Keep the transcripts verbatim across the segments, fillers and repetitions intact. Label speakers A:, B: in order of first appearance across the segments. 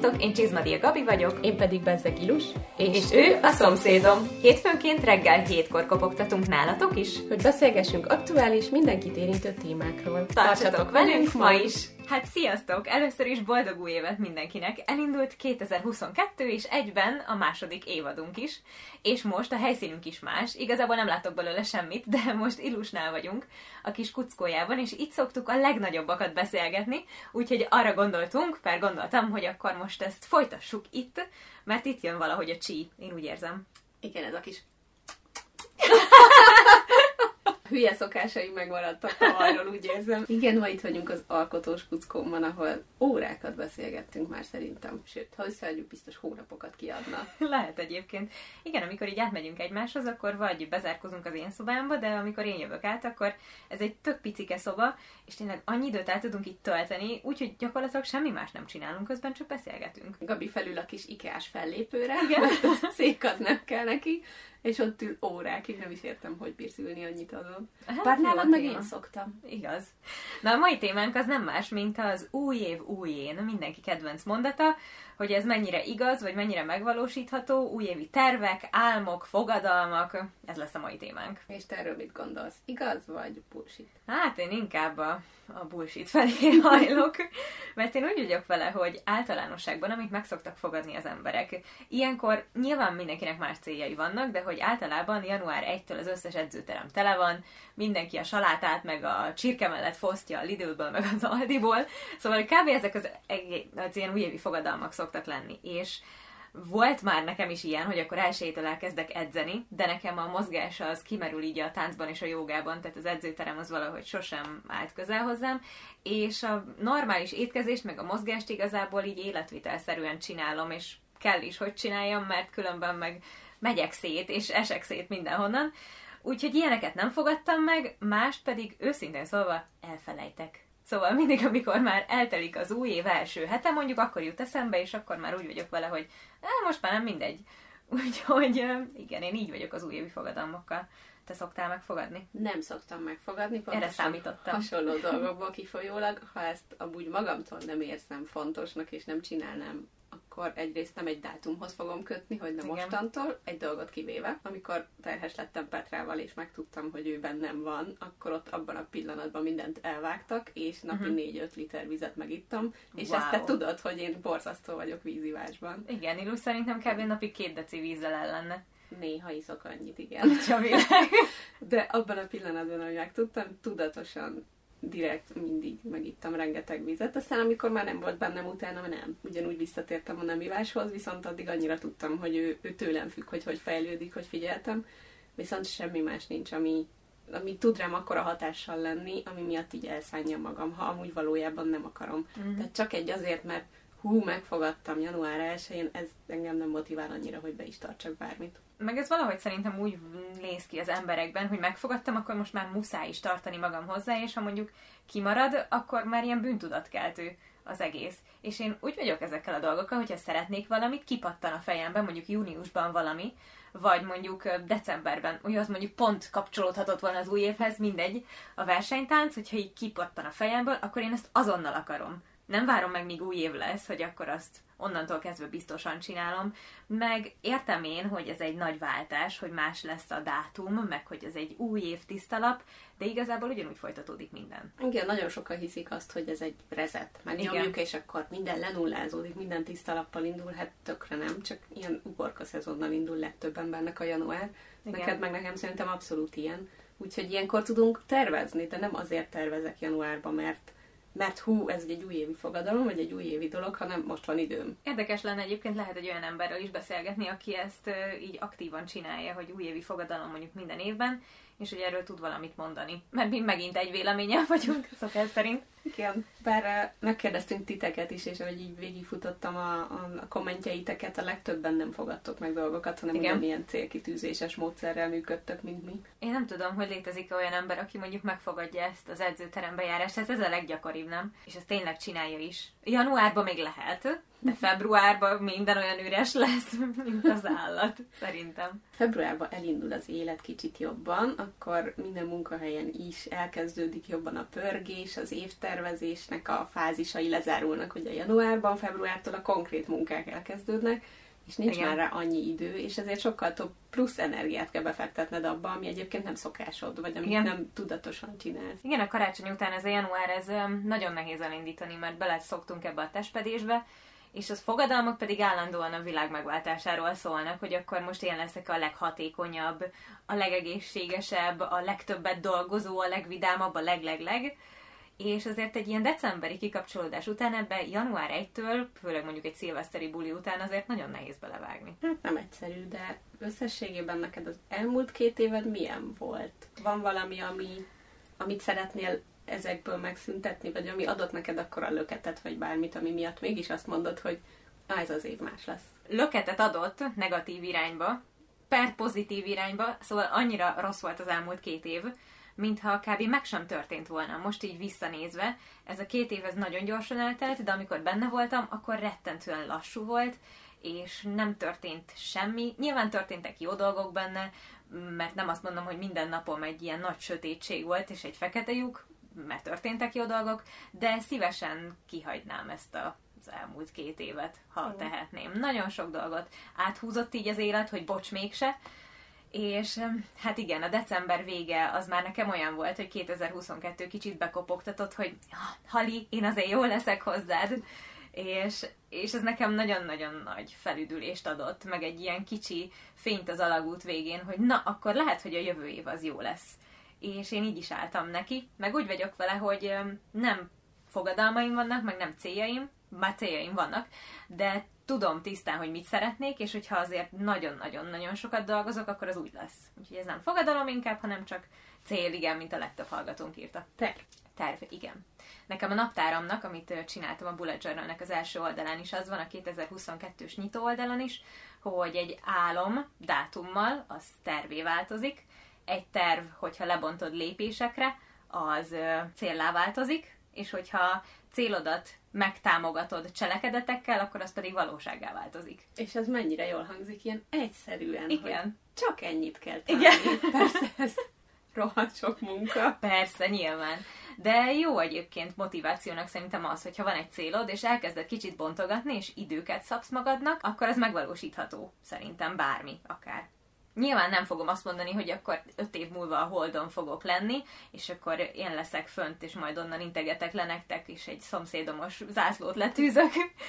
A: Sziasztok, én Csizmadia Gabi vagyok.
B: Én pedig Bezzeg Ilus.
A: És, és ő a szomszédom. Hétfőnként reggel hétkor kopogtatunk nálatok is,
B: hogy beszélgessünk aktuális, mindenkit érintő témákról.
A: Tartsatok velünk ma is! Hát sziasztok! Először is boldog új évet mindenkinek! Elindult kétezer-huszonkettő, és egyben a második évadunk is, és most a helyszínünk is más. Igazából nem látok belőle semmit, de most Ilusnál vagyunk, a kis kuckójában, és itt szoktuk a legnagyobbakat beszélgetni, úgyhogy arra gondoltunk, per gondoltam, hogy akkor most ezt folytassuk itt, mert itt jön valahogy a csí, én úgy érzem.
B: Igen, ez a kis... hülye szokásaim megmaradtak tavalyról, úgy érzem. Igen, ma itt vagyunk az alkotós kuckómban, ahol órákat beszélgettünk már szerintem. Sőt, ha összeadjuk, biztos hónapokat kiadna.
A: Lehet egyébként. Igen, amikor így átmegyünk egymáshoz, akkor vagy bezárkozunk az én szobámba, de amikor én jövök át, akkor ez egy tök picike szoba, és tényleg annyi időt el tudunk itt tölteni, úgyhogy gyakorlatilag semmi más nem csinálunk, közben csak beszélgetünk.
B: Gabi felül a kis ikás fellépőre, igen. Mert a szék az nem kell neki, és ott ül órákig, nem is értem, hogy bírsz ülni annyit azon.
A: Hát,
B: bár nálad meg én szoktam.
A: Igaz. Na a mai témánk az nem más, mint az új év újjén, mindenki kedvenc mondata, hogy ez mennyire igaz, vagy mennyire megvalósítható, újévi tervek, álmok, fogadalmak, ez lesz a mai témánk.
B: És te erről mit gondolsz? Igaz, vagy bullshit?
A: Hát én inkább a, a bullshit felé hajlok, mert én úgy vagyok vele, hogy általánosságban, amit meg szoktak fogadni az emberek, ilyenkor nyilván mindenkinek más céljai vannak, de hogy általában január elsejétől az összes edzőterem tele van, mindenki a salátát, meg a csirke mellett fosztja a Lidlből, meg az Aldiból, szóval kb. Ezek az, az ilyen újévi fogadalmak szoktak lenni, és volt már nekem is ilyen, hogy akkor elsőjétől elkezdek edzeni, de nekem a mozgás az kimerül így a táncban és a jogában, tehát az edzőterem az valahogy sosem állt közel hozzám, és a normális étkezést, meg a mozgást igazából így életvitelszerűen csinálom, és kell is, hogy csináljam, mert különben meg megyek szét, és esek szét mindenhonnan. Úgyhogy ilyeneket nem fogadtam meg, mást pedig őszintén szólva elfelejtek. Szóval mindig, amikor már eltelik az új év első hete, mondjuk akkor jut eszembe, és akkor már úgy vagyok vele, hogy eh, most már nem mindegy. Úgyhogy igen, én így vagyok az újévi fogadalmakkal. Te szoktál megfogadni?
B: Nem szoktam megfogadni.
A: Erre számítottam.
B: Hasonló dolgokból kifolyólag, ha ezt amúgy magamtól nem érzem fontosnak, és nem csinálnám, akkor egyrészt nem egy dátumhoz fogom kötni, hogy nem mostantól, egy dolgot kivéve. Amikor terhes lettem Petrával, és megtudtam, hogy ő bennem van, akkor ott abban a pillanatban mindent elvágtak, és napi uh-huh. négy-öt liter vizet megittam, és wow. Ezt te tudod, hogy én borzasztó vagyok vízivásban.
A: Igen, Ilus szerintem kb. Napi két deci vízzel el lenne.
B: Néha iszok annyit, igen. De abban a pillanatban, ahogy megtudtam, tudatosan direkt mindig megittam rengeteg vizet, aztán amikor már nem volt bennem, utána nem. Ugyanúgy visszatértem a nem iváshoz, viszont addig annyira tudtam, hogy ő, ő tőlem függ, hogy hogy fejlődik, hogy figyeltem, viszont semmi más nincs, ami, ami tud rám akkora hatással lenni, ami miatt így elszánjam magam, ha amúgy valójában nem akarom. Mm. Tehát csak egy azért, mert hú, megfogadtam január elsején, ez engem nem motivál annyira, hogy be is tartsak bármit.
A: Meg ez valahogy szerintem úgy néz ki az emberekben, hogy megfogadtam, akkor most már muszáj is tartani magam hozzá, és ha mondjuk kimarad, akkor már ilyen bűntudatkeltő az egész. És én úgy vagyok ezekkel a dolgokkal, hogyha szeretnék valamit, kipattan a fejemben, mondjuk júniusban valami, vagy mondjuk decemberben, úgy az mondjuk pont kapcsolódhatott volna az új évhez, mindegy, a versenytánc, hogyha így kipattan a fejemből, akkor én ezt azonnal akarom. Nem várom meg, míg új év lesz, hogy akkor azt onnantól kezdve biztosan csinálom, meg értem én, hogy ez egy nagy váltás, hogy más lesz a dátum, meg hogy ez egy új év tisztalap, de igazából ugyanúgy folytatódik minden.
B: Igen, nagyon sokan hiszik azt, hogy ez egy reset. Már nyomjuk, és akkor minden lenullázódik, minden tisztalappal indul, hát tökre nem, csak ilyen uborka szezonnal indul legtöbb embernek a január. Igen. Neked meg nekem szerintem abszolút ilyen. Úgyhogy ilyenkor tudunk tervezni, de nem azért tervezek januárban, mert mert hú, ez egy újévi fogadalom, vagy egy újévi dolog, hanem most van időm.
A: Érdekes lenne egyébként, lehet egy olyan emberrel is beszélgetni, aki ezt uh, így aktívan csinálja, hogy újévi fogadalom mondjuk minden évben, és hogy erről tud valamit mondani. Mert mi megint egy véleményen vagyunk, szokás szerint.
B: Igen, bár megkérdeztünk titeket is, és ahogy így végigfutottam a, a, a kommentjeiteket, a legtöbben nem fogadtok meg dolgokat, hanem ugyanilyen célkitűzéses módszerrel működtök, mint mi.
A: Én nem tudom, hogy létezik olyan ember, aki mondjuk megfogadja ezt az edzőterembe járást, ez, ez a leggyakoribb, nem? És ezt tényleg csinálja is. Januárban még lehet, de februárban minden olyan üres lesz, mint az állat, szerintem.
B: Februárban elindul az élet kicsit jobban, akkor minden munkahelyen is elkezdődik jobban a pörgés, az évterv, tervezésnek a fázisai lezárulnak, ugye januárban, februártól a konkrét munkák elkezdődnek, és nincs Igen. már rá annyi idő, és ezért sokkal több plusz energiát kell befektetned abba, ami egyébként nem szokásod, vagy amit Igen. nem tudatosan csinálsz.
A: Igen, a karácsony után ez a január, ez nagyon nehéz elindítani, mert bele szoktunk ebbe a testpedésbe, és az fogadalmak pedig állandóan a világ megváltásáról szólnak, hogy akkor most én leszek a leghatékonyabb, a legegészségesebb, a legtöbbet dolgozó, a legvidámabb, a leglegleg. És azért egy ilyen decemberi kikapcsolódás után ebbe január elsejétől, főleg mondjuk egy szilveszteri buli után azért nagyon nehéz belevágni.
B: Hát nem egyszerű, de összességében neked az elmúlt két éved milyen volt? Van valami, ami, amit szeretnél ezekből megszüntetni, vagy ami adott neked akkor a löketet, vagy bármit, ami miatt mégis azt mondod, hogy ah, ez az év más lesz.
A: Löketet adott negatív irányba, per pozitív irányba, szóval annyira rossz volt az elmúlt két év, mintha kb. Meg sem történt volna. Most így visszanézve, ez a két év ez nagyon gyorsan eltelt, de amikor benne voltam, akkor rettentően lassú volt, és nem történt semmi. Nyilván történtek jó dolgok benne, mert nem azt mondom, hogy minden napom egy ilyen nagy sötétség volt, és egy fekete lyuk, mert történtek jó dolgok, de szívesen kihagynám ezt a az elmúlt két évet, ha mm. tehetném. Nagyon sok dolgot áthúzott így az élet, hogy bocs mégse, és hát igen, a december vége az már nekem olyan volt, hogy kétezer-huszonkettő kicsit bekopogtatott, hogy Hali, én azért jól leszek hozzád, és, és ez nekem nagyon-nagyon nagy felüdülést adott, meg egy ilyen kicsi fényt az alagút végén, hogy na, akkor lehet, hogy a jövő év az jó lesz. És én így is álltam neki, meg úgy vagyok vele, hogy nem fogadalmaim vannak, meg nem céljaim, már céljaim vannak, de tudom tisztán, hogy mit szeretnék, és hogyha azért nagyon-nagyon-nagyon sokat dolgozok, akkor az úgy lesz. Úgyhogy ez nem fogadalom inkább, hanem csak cél, igen, mint a legtöbb hallgatónk írta.
B: Terv.
A: Terv, igen. Nekem a naptáramnak, amit csináltam a Bullet Journalnek az első oldalán is, az van a kétezer-huszonkettős nyitó oldalon is, hogy egy álom dátummal, az tervé változik, egy terv, hogyha lebontod lépésekre, az céllá változik, és hogyha célodat megtámogatod cselekedetekkel, akkor az pedig valósággá változik.
B: És ez mennyire jól hangzik, ilyen egyszerűen,
A: Igen.
B: hogy csak ennyit kell tenni.
A: Igen.
B: Persze ez rohadt sok munka.
A: Persze, nyilván. De jó egyébként motivációnak szerintem az, hogyha van egy célod, és elkezded kicsit bontogatni, és időket szabsz magadnak, akkor ez megvalósítható. Szerintem bármi, akár. Nyilván nem fogom azt mondani, hogy akkor öt év múlva a Holdon fogok lenni, és akkor én leszek fönt, és majd onnan integetek le nektek, és egy szomszédomos zászlót letűzök.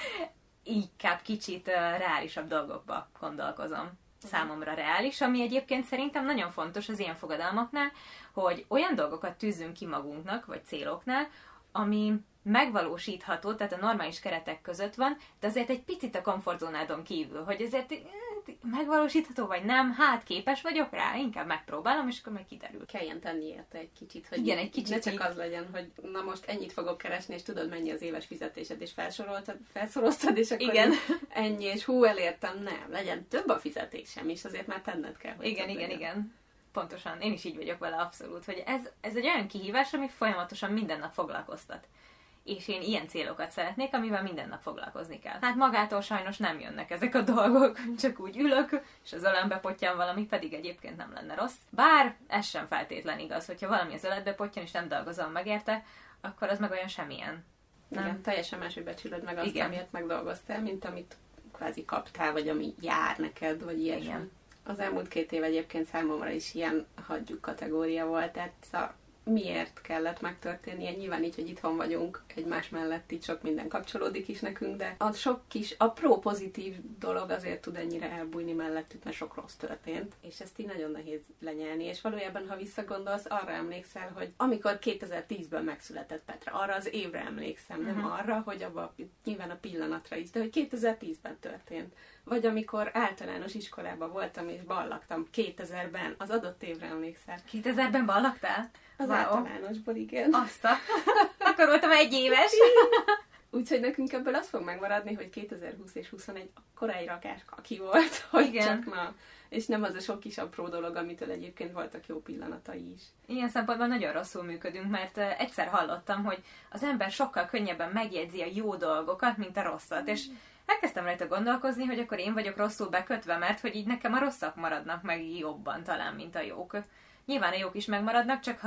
A: Inkább kicsit reálisabb dolgokba gondolkozom. Számomra reális, ami egyébként szerintem nagyon fontos az ilyen fogadalmaknál, hogy olyan dolgokat tűzzünk ki magunknak, vagy céloknál, ami megvalósítható, tehát a normális keretek között van, de azért egy picit a komfortzónádon kívül, hogy azért megvalósítható vagy nem, hát képes vagyok rá, inkább megpróbálom, és akkor meg kiderül.
B: Kelljen tenni érte egy kicsit, hogy
A: igen, egy kicsit
B: ne csak
A: így...
B: az legyen, hogy na most ennyit fogok keresni, és tudod mennyi az éves fizetésed, és felsoroltad, felszoroztad, és akkor
A: igen.
B: ennyi, és hú, elértem, nem, legyen több a fizetésem, és azért már tenned kell, hogy
A: igen, igen, legyen. igen. Pontosan, én is így vagyok vele abszolút, hogy ez, ez egy olyan kihívás, ami folyamatosan minden nap foglalkoztat. És én ilyen célokat szeretnék, amivel minden nap foglalkozni kell. Hát magától sajnos nem jönnek ezek a dolgok, csak úgy ülök, és az ölembe pottyan valami, pedig egyébként nem lenne rossz. Bár ez sem feltétlen igaz, hogyha valami az öletbe pottyan, és nem dolgozom meg érte, akkor az meg olyan semmilyen.
B: Nem? Igen, teljesen máshogy becsülöd meg azt,
A: igen.
B: amiért megdolgoztál, mint amit kvázi kaptál, vagy ami jár neked, vagy ilyesmi. Igen. Az elmúlt két év egyébként számomra is ilyen hagyjuk kategória volt, tehát szóval miért kellett megtörténnie? Nyilván így, hogy itthon vagyunk, egymás mellett így sok minden kapcsolódik is nekünk, de a sok kis apró pozitív dolog azért tud ennyire elbújni mellettük, mert sok rossz történt, és ezt így nagyon nehéz lenyelni, és valójában, ha visszagondolsz, arra emlékszel, hogy amikor kétezer-tízben megszületett Petra, arra az évre emlékszem, uh-huh. nem arra, hogy abba, nyilván a pillanatra is, de hogy kétezer-tízben történt. Vagy amikor általános iskolában voltam és ballagtam kétezerben, az adott évre emlékszel.
A: kétezerben ballagtál?
B: Az wow. Általánosból, igen.
A: Azt a... Akkor voltam egy éves.
B: Úgyhogy nekünk ebből az fog megmaradni, hogy kétezer-húsz és huszonegy akkora egy rakás kaki volt, hogy igen. csak na. És nem az a sok kis apró dolog, amitől egyébként voltak jó pillanatai is.
A: Ilyen szempontból nagyon rosszul működünk, mert egyszer hallottam, hogy az ember sokkal könnyebben megjegyzi a jó dolgokat, mint a rosszat, és elkezdtem rajta gondolkozni, hogy akkor én vagyok rosszul bekötve, mert hogy így nekem a rosszak maradnak meg jobban talán, mint a jók. Nyilván a jók is megmaradnak, csak ha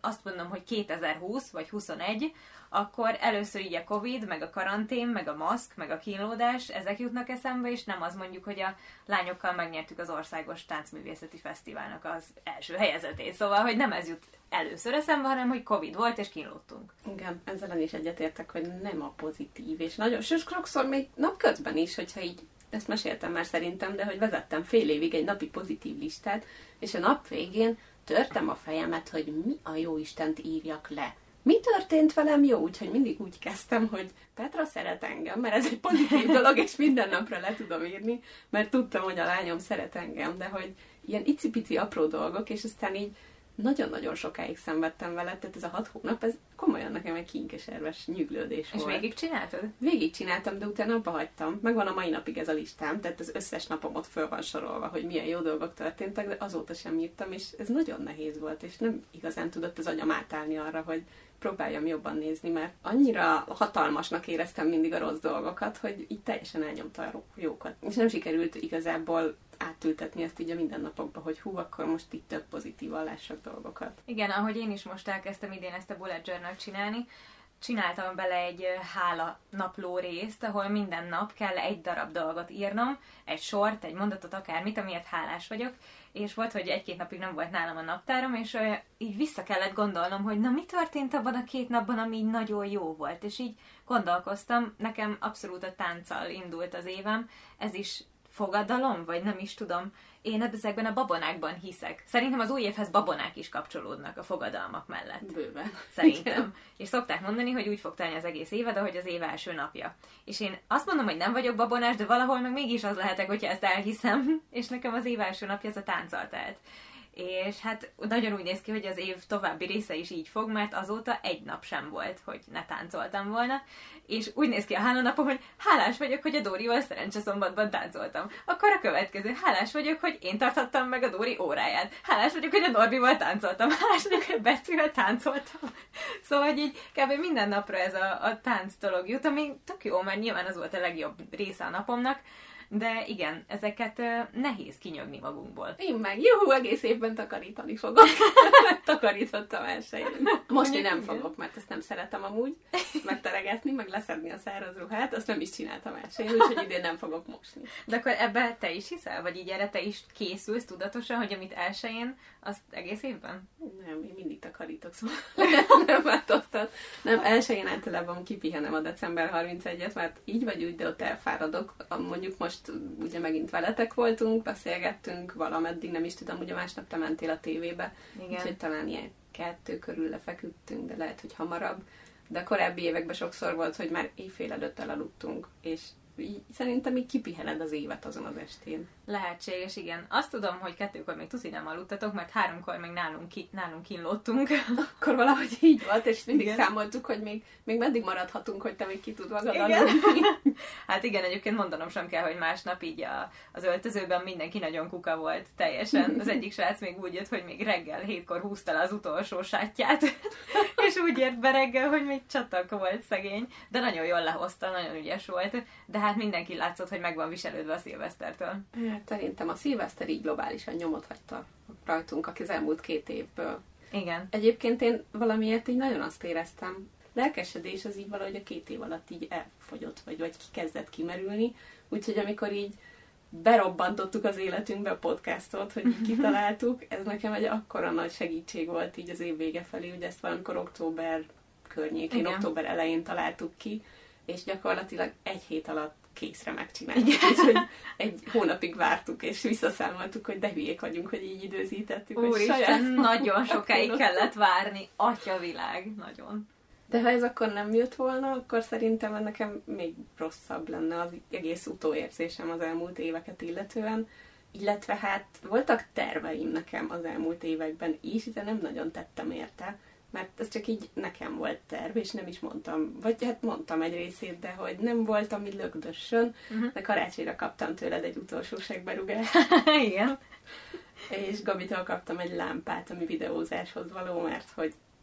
A: azt mondom, hogy kétezer-húsz vagy huszonegy, akkor először így a Covid, meg a karantén, meg a maszk, meg a kínlódás, ezek jutnak eszembe, és nem az mondjuk, hogy a lányokkal megnyertük az Országos Táncművészeti Fesztiválnak az első helyezetét. Szóval, hogy nem ez jut először eszembe, hanem, hogy Covid volt, és kínlódtunk.
B: Igen, ezzel is egyetértek, hogy nem a pozitív, és nagyon sokszor még napközben is, hogyha így, ezt meséltem már szerintem, de hogy vezettem fél évig egy napi pozitív listát, és a nap végén törtem a fejemet, hogy mi a jó Istent írjak le. Mi történt velem jó? Úgyhogy mindig úgy kezdtem, hogy Petra szeret engem, mert ez egy pozitív dolog, és minden napra le tudom írni, mert tudtam, hogy a lányom szeret engem, de hogy ilyen icipici apró dolgok, és aztán így nagyon-nagyon sokáig szenvedtem vele, tehát ez a hat hónap, ez komolyan nekem egy kinkeserves nyüglődés
A: és
B: volt.
A: És végig csináltad?
B: Végig csináltam, de utána abba hagytam. Megvan a mai napig ez a listám, tehát az összes napom ott föl van sorolva, hogy milyen jó dolgok történtek, de azóta sem írtam, és ez nagyon nehéz volt, és nem igazán tudott az agyam átállni arra, hogy próbáljam jobban nézni, mert annyira hatalmasnak éreztem mindig a rossz dolgokat, hogy így teljesen elnyomta a jókat. És nem sikerült igazából átültetni ezt így a mindennapokba, hogy hú, akkor most itt több pozitívan lássak dolgokat.
A: Igen, ahogy én is most elkezdtem idén ezt a bullet journal csinálni, csináltam bele egy hála napló részt, ahol minden nap kell egy darab dolgot írnom, egy sort, egy mondatot, akármit, amiért hálás vagyok, és volt, hogy egy-két napig nem volt nálam a naptárom, és uh, így vissza kellett gondolnom, hogy na mi történt abban a két napban, ami így nagyon jó volt, és így gondolkoztam, nekem abszolút a tánccal indult az évem, ez is fogadalom, vagy nem is tudom. Én ezekben a babonákban hiszek. Szerintem az új évhez babonák is kapcsolódnak a fogadalmak mellett.
B: Bőven.
A: Szerintem. Igen. És szokták mondani, hogy úgy fog telni az egész éved, ahogy az év első napja. És én azt mondom, hogy nem vagyok babonás, de valahol meg mégis az lehetek, hogyha ezt elhiszem, és nekem az év első napja ez a tánccal telt. És hát nagyon úgy néz ki, hogy az év további része is így fog, mert azóta egy nap sem volt, hogy ne táncoltam volna, és úgy néz ki a hálónapom, hogy hálás vagyok, hogy a Dórival szerencseszombatban táncoltam. Akkor a következő, hálás vagyok, hogy én tartottam meg a Dóri óráját. Hálás vagyok, hogy a Norbival táncoltam. Hálás vagyok, hogy a Becivel táncoltam. Szóval, hogy így kb. Minden napra ez a, a tánc dolog jut, ami tök jó, mert nyilván az volt a legjobb része a napomnak, de igen, ezeket uh, nehéz kinyögni magunkból.
B: Én meg, juhú, egész évben takarítani fogok. Takarítottam elsőjén. Most én nem fogok, mert ezt nem szeretem amúgy megteregetni, meg leszedni a száraz ruhát, azt nem is csináltam elsőjén, úgyhogy idén nem fogok mosni.
A: De akkor ebbe te is hiszel? Vagy így erre te is készülsz tudatosan, hogy amit elsőjén, azt egész évben?
B: Nem, én mindig takarítok, szóval nem változtat. Nem, elsőjén általában kipihenem a december harmincegyediket, mert így vagy úgy, de ott elfáradok. Mondjuk most ugye megint veletek voltunk, beszélgettünk valameddig, nem is tudom, ugye másnap te mentél a tévébe, úgyhogy talán ilyen kettő körül lefeküdtünk, de lehet, hogy hamarabb. De a korábbi években sokszor volt, hogy már éjfél előtt elaludtunk, és így, szerintem így kipihened az évet azon az estén.
A: Lehetséges, igen. Azt tudom, hogy kettőkor még tuti nem aludtatok, mert háromkor még nálunk, ki, nálunk kínlódtunk.
B: Akkor valahogy így volt, és mindig igen. Számoltuk, hogy még, még meddig maradhatunk, hogy te még ki tud magad aludni.
A: Hát igen, egyébként mondanom sem kell, hogy másnap így a, az öltözőben mindenki nagyon kuka volt teljesen. Az egyik srác még úgy jött, hogy még reggel hétkor húzta le az utolsó sátját, és úgy ért be reggel, hogy még csatak volt szegény. De nagyon jól lehozta, nagyon ügyes volt. De hát mindenki látszott, hogy meg van viselődve a szilvesztertől.
B: Hát szerintem a szilveszter így globálisan nyomot hagyta rajtunk a elmúlt két évből.
A: Igen.
B: Egyébként én valamiért így nagyon azt éreztem, lelkesedés az így valahogy a két év alatt így elfogyott, vagy, vagy kezdett kimerülni. Úgyhogy amikor így berobbantottuk az életünkbe a podcastot, hogy így kitaláltuk, ez nekem egy akkora nagy segítség volt így az év vége felé, ugye ezt valamikor október környékén, igen. október elején találtuk ki, és gyakorlatilag egy hét alatt készre megcsináltuk, és hogy egy hónapig vártuk, és visszaszámoltuk, hogy de hülyék vagyunk, hogy így időzítettük.
A: Úristen, nagyon sokáig kellett várni, atyavilág, nagyon.
B: De ha ez akkor nem jött volna, akkor szerintem nekem még rosszabb lenne az egész utóérzésem az elmúlt éveket illetően, illetve hát voltak terveim nekem az elmúlt években is, de nem nagyon tettem érte, mert ez csak így nekem volt terv, és nem is mondtam, vagy hát mondtam egy részét, de hogy nem voltam így lögdössön, uh-huh. de karácsonyra kaptam tőled egy utolsóságberugást.
A: Igen.
B: És Gabitól kaptam egy lámpát, ami videózáshoz való, mert hogy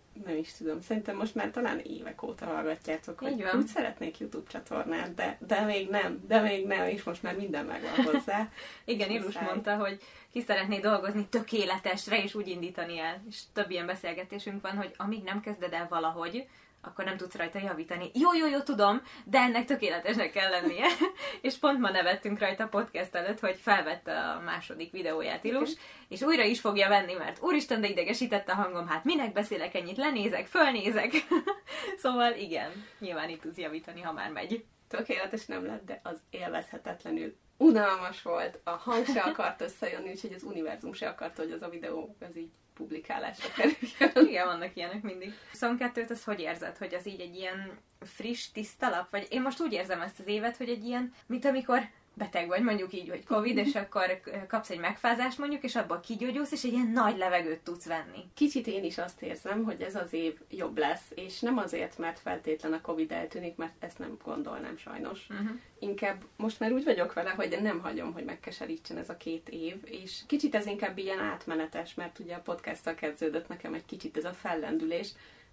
B: nem is tudom, szerintem most már talán évek óta hallgatjátok, hogy úgy szeretnék YouTube csatornát, de, de még nem, de még nem, és most már minden megvan hozzá.
A: Igen, Ilus mondta, hogy ki szeretné dolgozni tökéletesre, és úgy indítani el. És több ilyen beszélgetésünk van, hogy amíg nem kezded el valahogy, akkor nem tudsz rajta javítani. Jó, jó, jó, tudom, de ennek tökéletesnek kell lennie. És pont ma nevettünk rajta podcast előtt, hogy felvette a második videóját Ilus, és újra is fogja venni, mert úristen, de idegesítette a hangom, hát minek beszélek ennyit, lenézek, fölnézek. Szóval igen, nyilván itt tudsz javítani, ha már megy.
B: Tökéletes nem lett, de az élvezhetetlenül unalmas volt, a hang se akart összejönni, úgyhogy az univerzum se akart, hogy az a videó az így publikálásra kerüljön.
A: Igen, vannak ilyenek mindig. huszonkettőt az hogy érzed, hogy az így egy ilyen friss, tiszta lap? Vagy én most úgy érzem ezt az évet, hogy egy ilyen, mint amikor beteg vagy, mondjuk így, hogy Covid, és akkor kapsz egy megfázást mondjuk, és abból kigyógyulsz, és egy ilyen nagy levegőt tudsz venni.
B: Kicsit én is azt érzem, hogy ez az év jobb lesz, és nem azért, mert feltétlen a Covid eltűnik, mert ezt nem gondolnám sajnos. Uh-huh. Inkább most már úgy vagyok vele, hogy nem hagyom, hogy megkeserítsen ez a két év, és kicsit ez inkább ilyen átmenetes, mert ugye a podcasttal kezdődött nekem egy kicsit ez a fellendülés,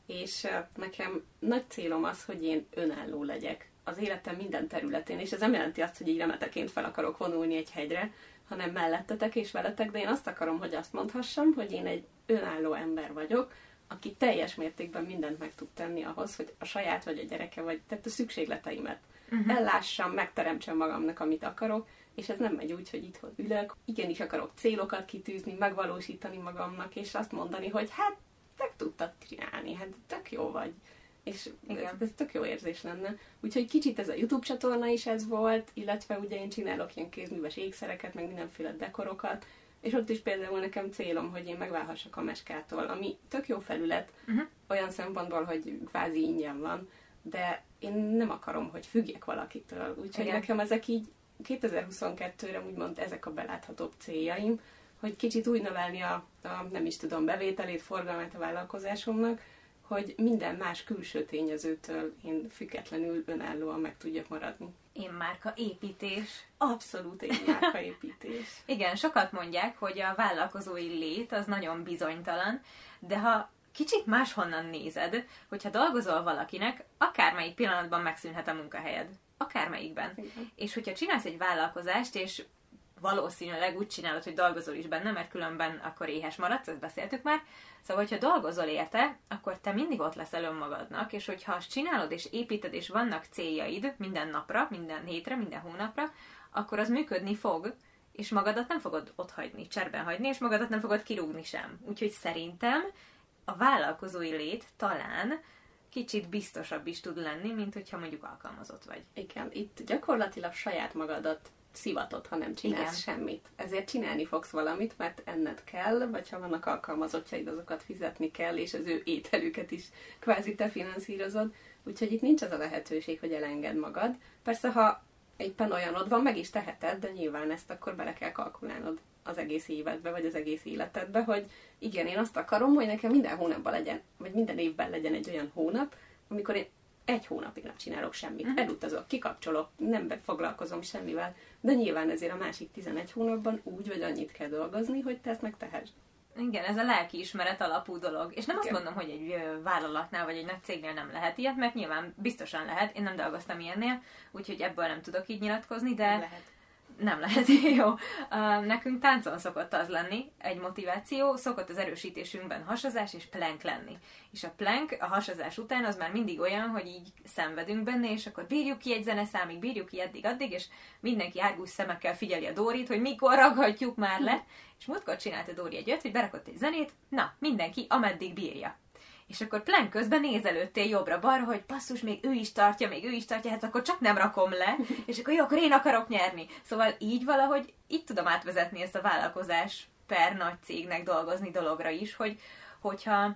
B: és nekem nagy célom az, hogy én önálló legyek az életem minden területén, és ez nem jelenti azt, hogy így remeteként fel akarok vonulni egy hegyre, hanem mellettetek és veletek, de én azt akarom, hogy azt mondhassam, hogy én egy önálló ember vagyok, aki teljes mértékben mindent meg tud tenni ahhoz, hogy a saját vagy a gyereke, vagy tehát a szükségleteimet uh-huh. ellássam, megteremtsem magamnak, amit akarok, és ez nem megy úgy, hogy itthon ülök, igenis akarok célokat kitűzni, megvalósítani magamnak, és azt mondani, hogy hát meg tudtad csinálni, hát tök jó vagy. És ez, ez tök jó érzés lenne. Úgyhogy kicsit ez a YouTube csatorna is ez volt, illetve ugye én csinálok ilyen kézműves ékszereket, meg mindenféle dekorokat, és ott is például nekem célom, hogy én megválhassak a Meskától, ami tök jó felület, uh-huh. olyan szempontból, hogy kvázi ingyen van, de én nem akarom, hogy függjek valakitől. Úgyhogy igen. Nekem ezek így kétezer-huszonkettőre úgymond ezek a beláthatóbb céljaim, hogy kicsit úgy növelni a, a nem is tudom, bevételét, forgalmát a vállalkozásomnak, hogy minden más külső tényezőtől én függetlenül önállóan meg tudjak maradni.
A: Én márka építés.
B: Abszolút én márka építés.
A: Igen, sokat mondják, hogy a vállalkozói lét az nagyon bizonytalan, de ha kicsit máshonnan nézed, hogyha dolgozol valakinek, akármelyik pillanatban megszűnhet a munkahelyed. Akármelyikben. Igen. És hogyha csinálsz egy vállalkozást, és valószínűleg úgy csinálod, hogy dolgozol is benne, mert különben akkor éhes maradsz, ezt beszéltük már. Szóval, hogyha dolgozol érte, akkor te mindig ott leszel önmagadnak, és hogyha azt csinálod és építed, és vannak céljaid minden napra, minden hétre, minden hónapra, akkor az működni fog, és magadat nem fogod otthagyni, cserben hagyni, és magadat nem fogod kirúgni sem. Úgyhogy szerintem a vállalkozói lét talán kicsit biztosabb is tud lenni, mint hogyha mondjuk alkalmazott vagy.
B: Igen, itt gyakorlatilag saját magadat szivatod, ha nem csinálsz igen. semmit. Ezért csinálni fogsz valamit, mert enned kell, vagy ha vannak alkalmazottjaid, azokat fizetni kell, és az ő ételüket is kvázi te finanszírozod. Úgyhogy itt nincs az a lehetőség, hogy elengedd magad. Persze, ha éppen olyanod van, meg is teheted, de nyilván ezt akkor bele kell kalkulálnod az egész évedbe, vagy az egész életedbe, hogy igen, én azt akarom, hogy nekem minden hónapban legyen, vagy minden évben legyen egy olyan hónap, amikor én egy hónapig nem csinálok semmit. Uh-huh. Elutazok, kikapcsolok, nem foglalkozom semmivel, de nyilván ezért a másik tizenegy hónapban úgy vagy annyit kell dolgozni, hogy te ezt megtehesd.
A: Igen, ez a lelkiismeret alapú dolog. És nem igen. azt mondom, hogy egy vállalatnál vagy egy nagy cégnél nem lehet ilyet, mert nyilván biztosan lehet. Én nem dolgoztam ilyennél, úgyhogy ebből nem tudok így nyilatkozni, de...
B: Nem lehet.
A: Nem lehet, jó. Uh, nekünk táncon szokott az lenni, egy motiváció, szokott az erősítésünkben hasazás és plank lenni. És a plank a hasazás után az már mindig olyan, hogy így szenvedünk benne, és akkor bírjuk ki egy zeneszámig, bírjuk ki eddig-addig, és mindenki árgus szemekkel figyeli a Dórit, hogy mikor ragadjuk már le. És múltkor csinálta Dóri egy olyat, hogy berakott egy zenét, na, mindenki ameddig bírja. És akkor plank közben nézelődtél jobbra-balra, hogy basszus, még ő is tartja, még ő is tartja, hát akkor csak nem rakom le, és akkor jó, akkor én akarok nyerni. Szóval így valahogy, így tudom átvezetni ezt a vállalkozás per nagy cégnek dolgozni dologra is, hogy hogyha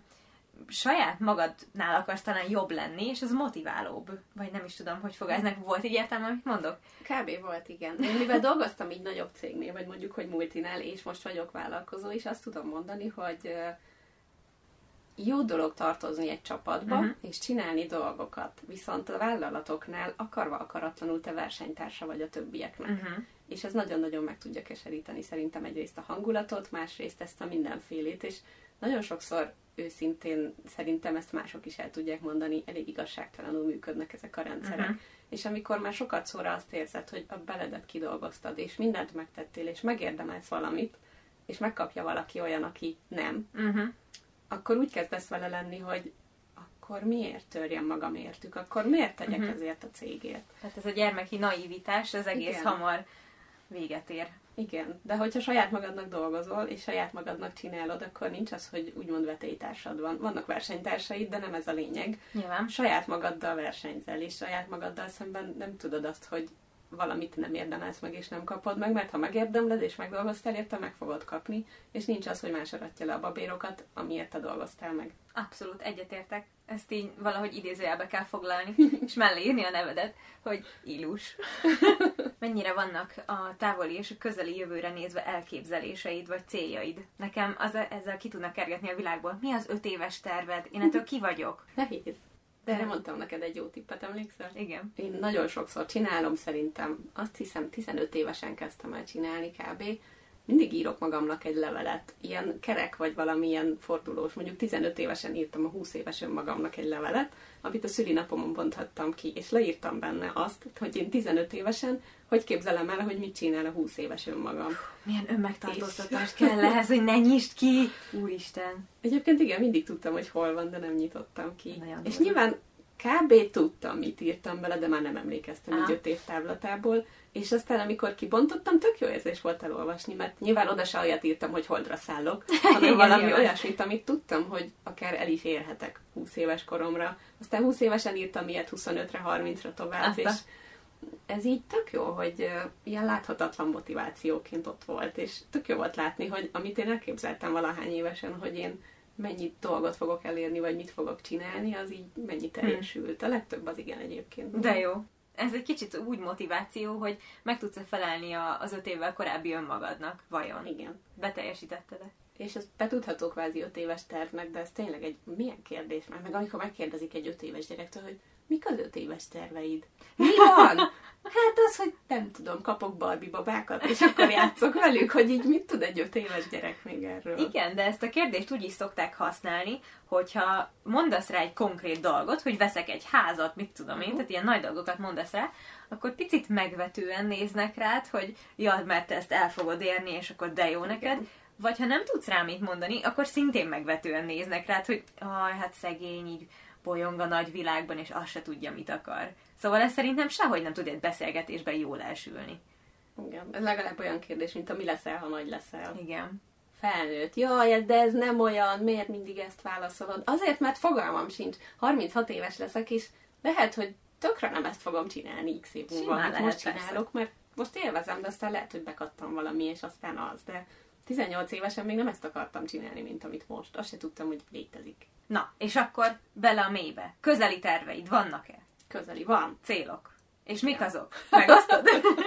A: saját magadnál akarsz talán jobb lenni, és az motiválóbb. Vagy nem is tudom, hogy fogalmaznak. Volt így értelme, amit mondok?
B: Kb. Volt, igen. Én mivel dolgoztam így nagyobb cégnél, vagy mondjuk, hogy multinál, és most vagyok vállalkozó, és azt tudom mondani, hogy jó dolog tartozni egy csapatba, uh-huh. és csinálni dolgokat. Viszont a vállalatoknál akarva akaratlanul te versenytársa vagy a többieknek. Uh-huh. És ez nagyon-nagyon meg tudja keseríteni szerintem egyrészt a hangulatot, másrészt ezt a mindenfélét, és nagyon sokszor őszintén szerintem ezt mások is el tudják mondani, elég igazságtalanul működnek ezek a rendszerek. Uh-huh. És amikor már sokat szóra azt érzed, hogy a beledet kidolgoztad, és mindent megtettél, és megérdemelsz valamit, és megkapja valaki olyan, aki nem, uh-huh. akkor úgy kezdesz vele lenni, hogy akkor miért törjem magam értük, akkor miért tegyek uh-huh. ezért a cégért.
A: Tehát ez a gyermeki naivitás, az egész Igen. hamar véget ér.
B: Igen, de hogyha saját magadnak dolgozol, és saját magadnak csinálod, akkor nincs az, hogy úgymond vetélytársad van. Vannak versenytársaid, de nem ez a lényeg.
A: Nyilván.
B: Saját magaddal versenyzel, és saját magaddal szemben nem tudod azt, hogy valamit nem érdemelsz meg, és nem kapod meg, mert ha megérdemled, és megdolgoztál érte, meg fogod kapni, és nincs az, hogy más aratja le a babérokat, amiért te dolgoztál meg.
A: Abszolút, egyetértek. Ezt így valahogy idézőjelbe kell foglalni, és mellé írni a nevedet, hogy illus. Mennyire vannak a távoli és a közeli jövőre nézve elképzeléseid, vagy céljaid? Nekem az, ezzel ki tudnak kergetni a világból. Mi az öt éves terved? Én ettől ki vagyok?
B: Nehéz. De erre mondtam neked egy jó tippet, emlékszel?
A: Igen.
B: Én nagyon sokszor csinálom, szerintem, azt hiszem tizenöt évesen kezdtem el csinálni kb. Mindig írok magamnak egy levelet. Ilyen kerek vagy valamilyen fordulós. Mondjuk tizenöt évesen írtam a húsz éves önmagamnak egy levelet, amit a szülinapomon bonthattam ki, és leírtam benne azt, hogy én tizenöt évesen hogy képzelem el, hogy mit csinál a húsz éves önmagam.
A: Milyen önmegtartóztatást és... kell ehhez, hogy ne nyisd ki! Úristen!
B: Egyébként igen, mindig tudtam, hogy hol van, de nem nyitottam ki.
A: Nagyon
B: és
A: durva.
B: Nyilván kb. Tudtam, mit írtam bele, de már nem emlékeztem így öt év távlatából. És aztán, amikor kibontottam, tök jó érzés volt elolvasni, mert nyilván oda se olyat írtam, hogy holdra szállok, hanem igen, valami igen. olyasmit, amit tudtam, hogy akár el is érhetek húsz éves koromra. Aztán húsz évesen írtam ilyet huszonötre, harmincra tovább, Aztán. és ez így tök jó, hogy uh, ilyen láthatatlan motivációként ott volt, és tök jó volt látni, hogy amit én elképzeltem valahány évesen, hogy én mennyi dolgot fogok elérni, vagy mit fogok csinálni, az így mennyi teljesült. A legtöbb az igen egyébként.
A: De jó. Ez egy kicsit úgy motiváció, hogy meg tudsz-e felelni az öt évvel korábbi önmagadnak, vajon?
B: Igen.
A: Beteljesítetted-e?
B: És ez betudható kvázi öt éves tervnek, de ez tényleg egy milyen kérdés már, meg amikor megkérdezik egy öt éves gyerektől, hogy mik az öt éves terveid? Mi van? Hát az, hogy nem tudom, kapok Barbie babákat, és akkor játszok velük, hogy így mit tud egy öt éves gyerek még erről?
A: Igen, de ezt a kérdést úgy is szokták használni, hogyha mondasz rá egy konkrét dolgot, hogy veszek egy házat, mit tudom én, uh-huh. tehát ilyen nagy dolgokat mondasz rá, akkor picit megvetően néznek rád, hogy ja, mert te ezt el fogod érni, és akkor de jó neked. Igen. Vagy ha nem tudsz rá mit mondani, akkor szintén megvetően néznek rád, hogy aj, hát szegény, így bolyong a nagy világban, és azt se tudja, mit akar. Szóval ez szerintem sehogy nem tud egy beszélgetésben jól elsülni.
B: Igen, ez legalább olyan kérdés, mint a mi leszel, ha nagy leszel.
A: Igen.
B: Felnőtt. Jaj, de ez nem olyan, miért mindig ezt válaszolod? Azért, mert fogalmam sincs. harminchat éves leszek, és lehet, hogy tökre nem ezt fogom csinálni x év múlva, amit most csinálok, mert most élvezem, de aztán lehet, hogy bekattam valami, és aztán az, de tizennyolc évesen még nem ezt akartam csinálni, mint amit most. Azt se tudtam, hogy létezik.
A: Na, és akkor bele a mélybe. Közeli terveid vannak-e?
B: Közeli van.
A: Célok. És mik ja. azok? Megosztod?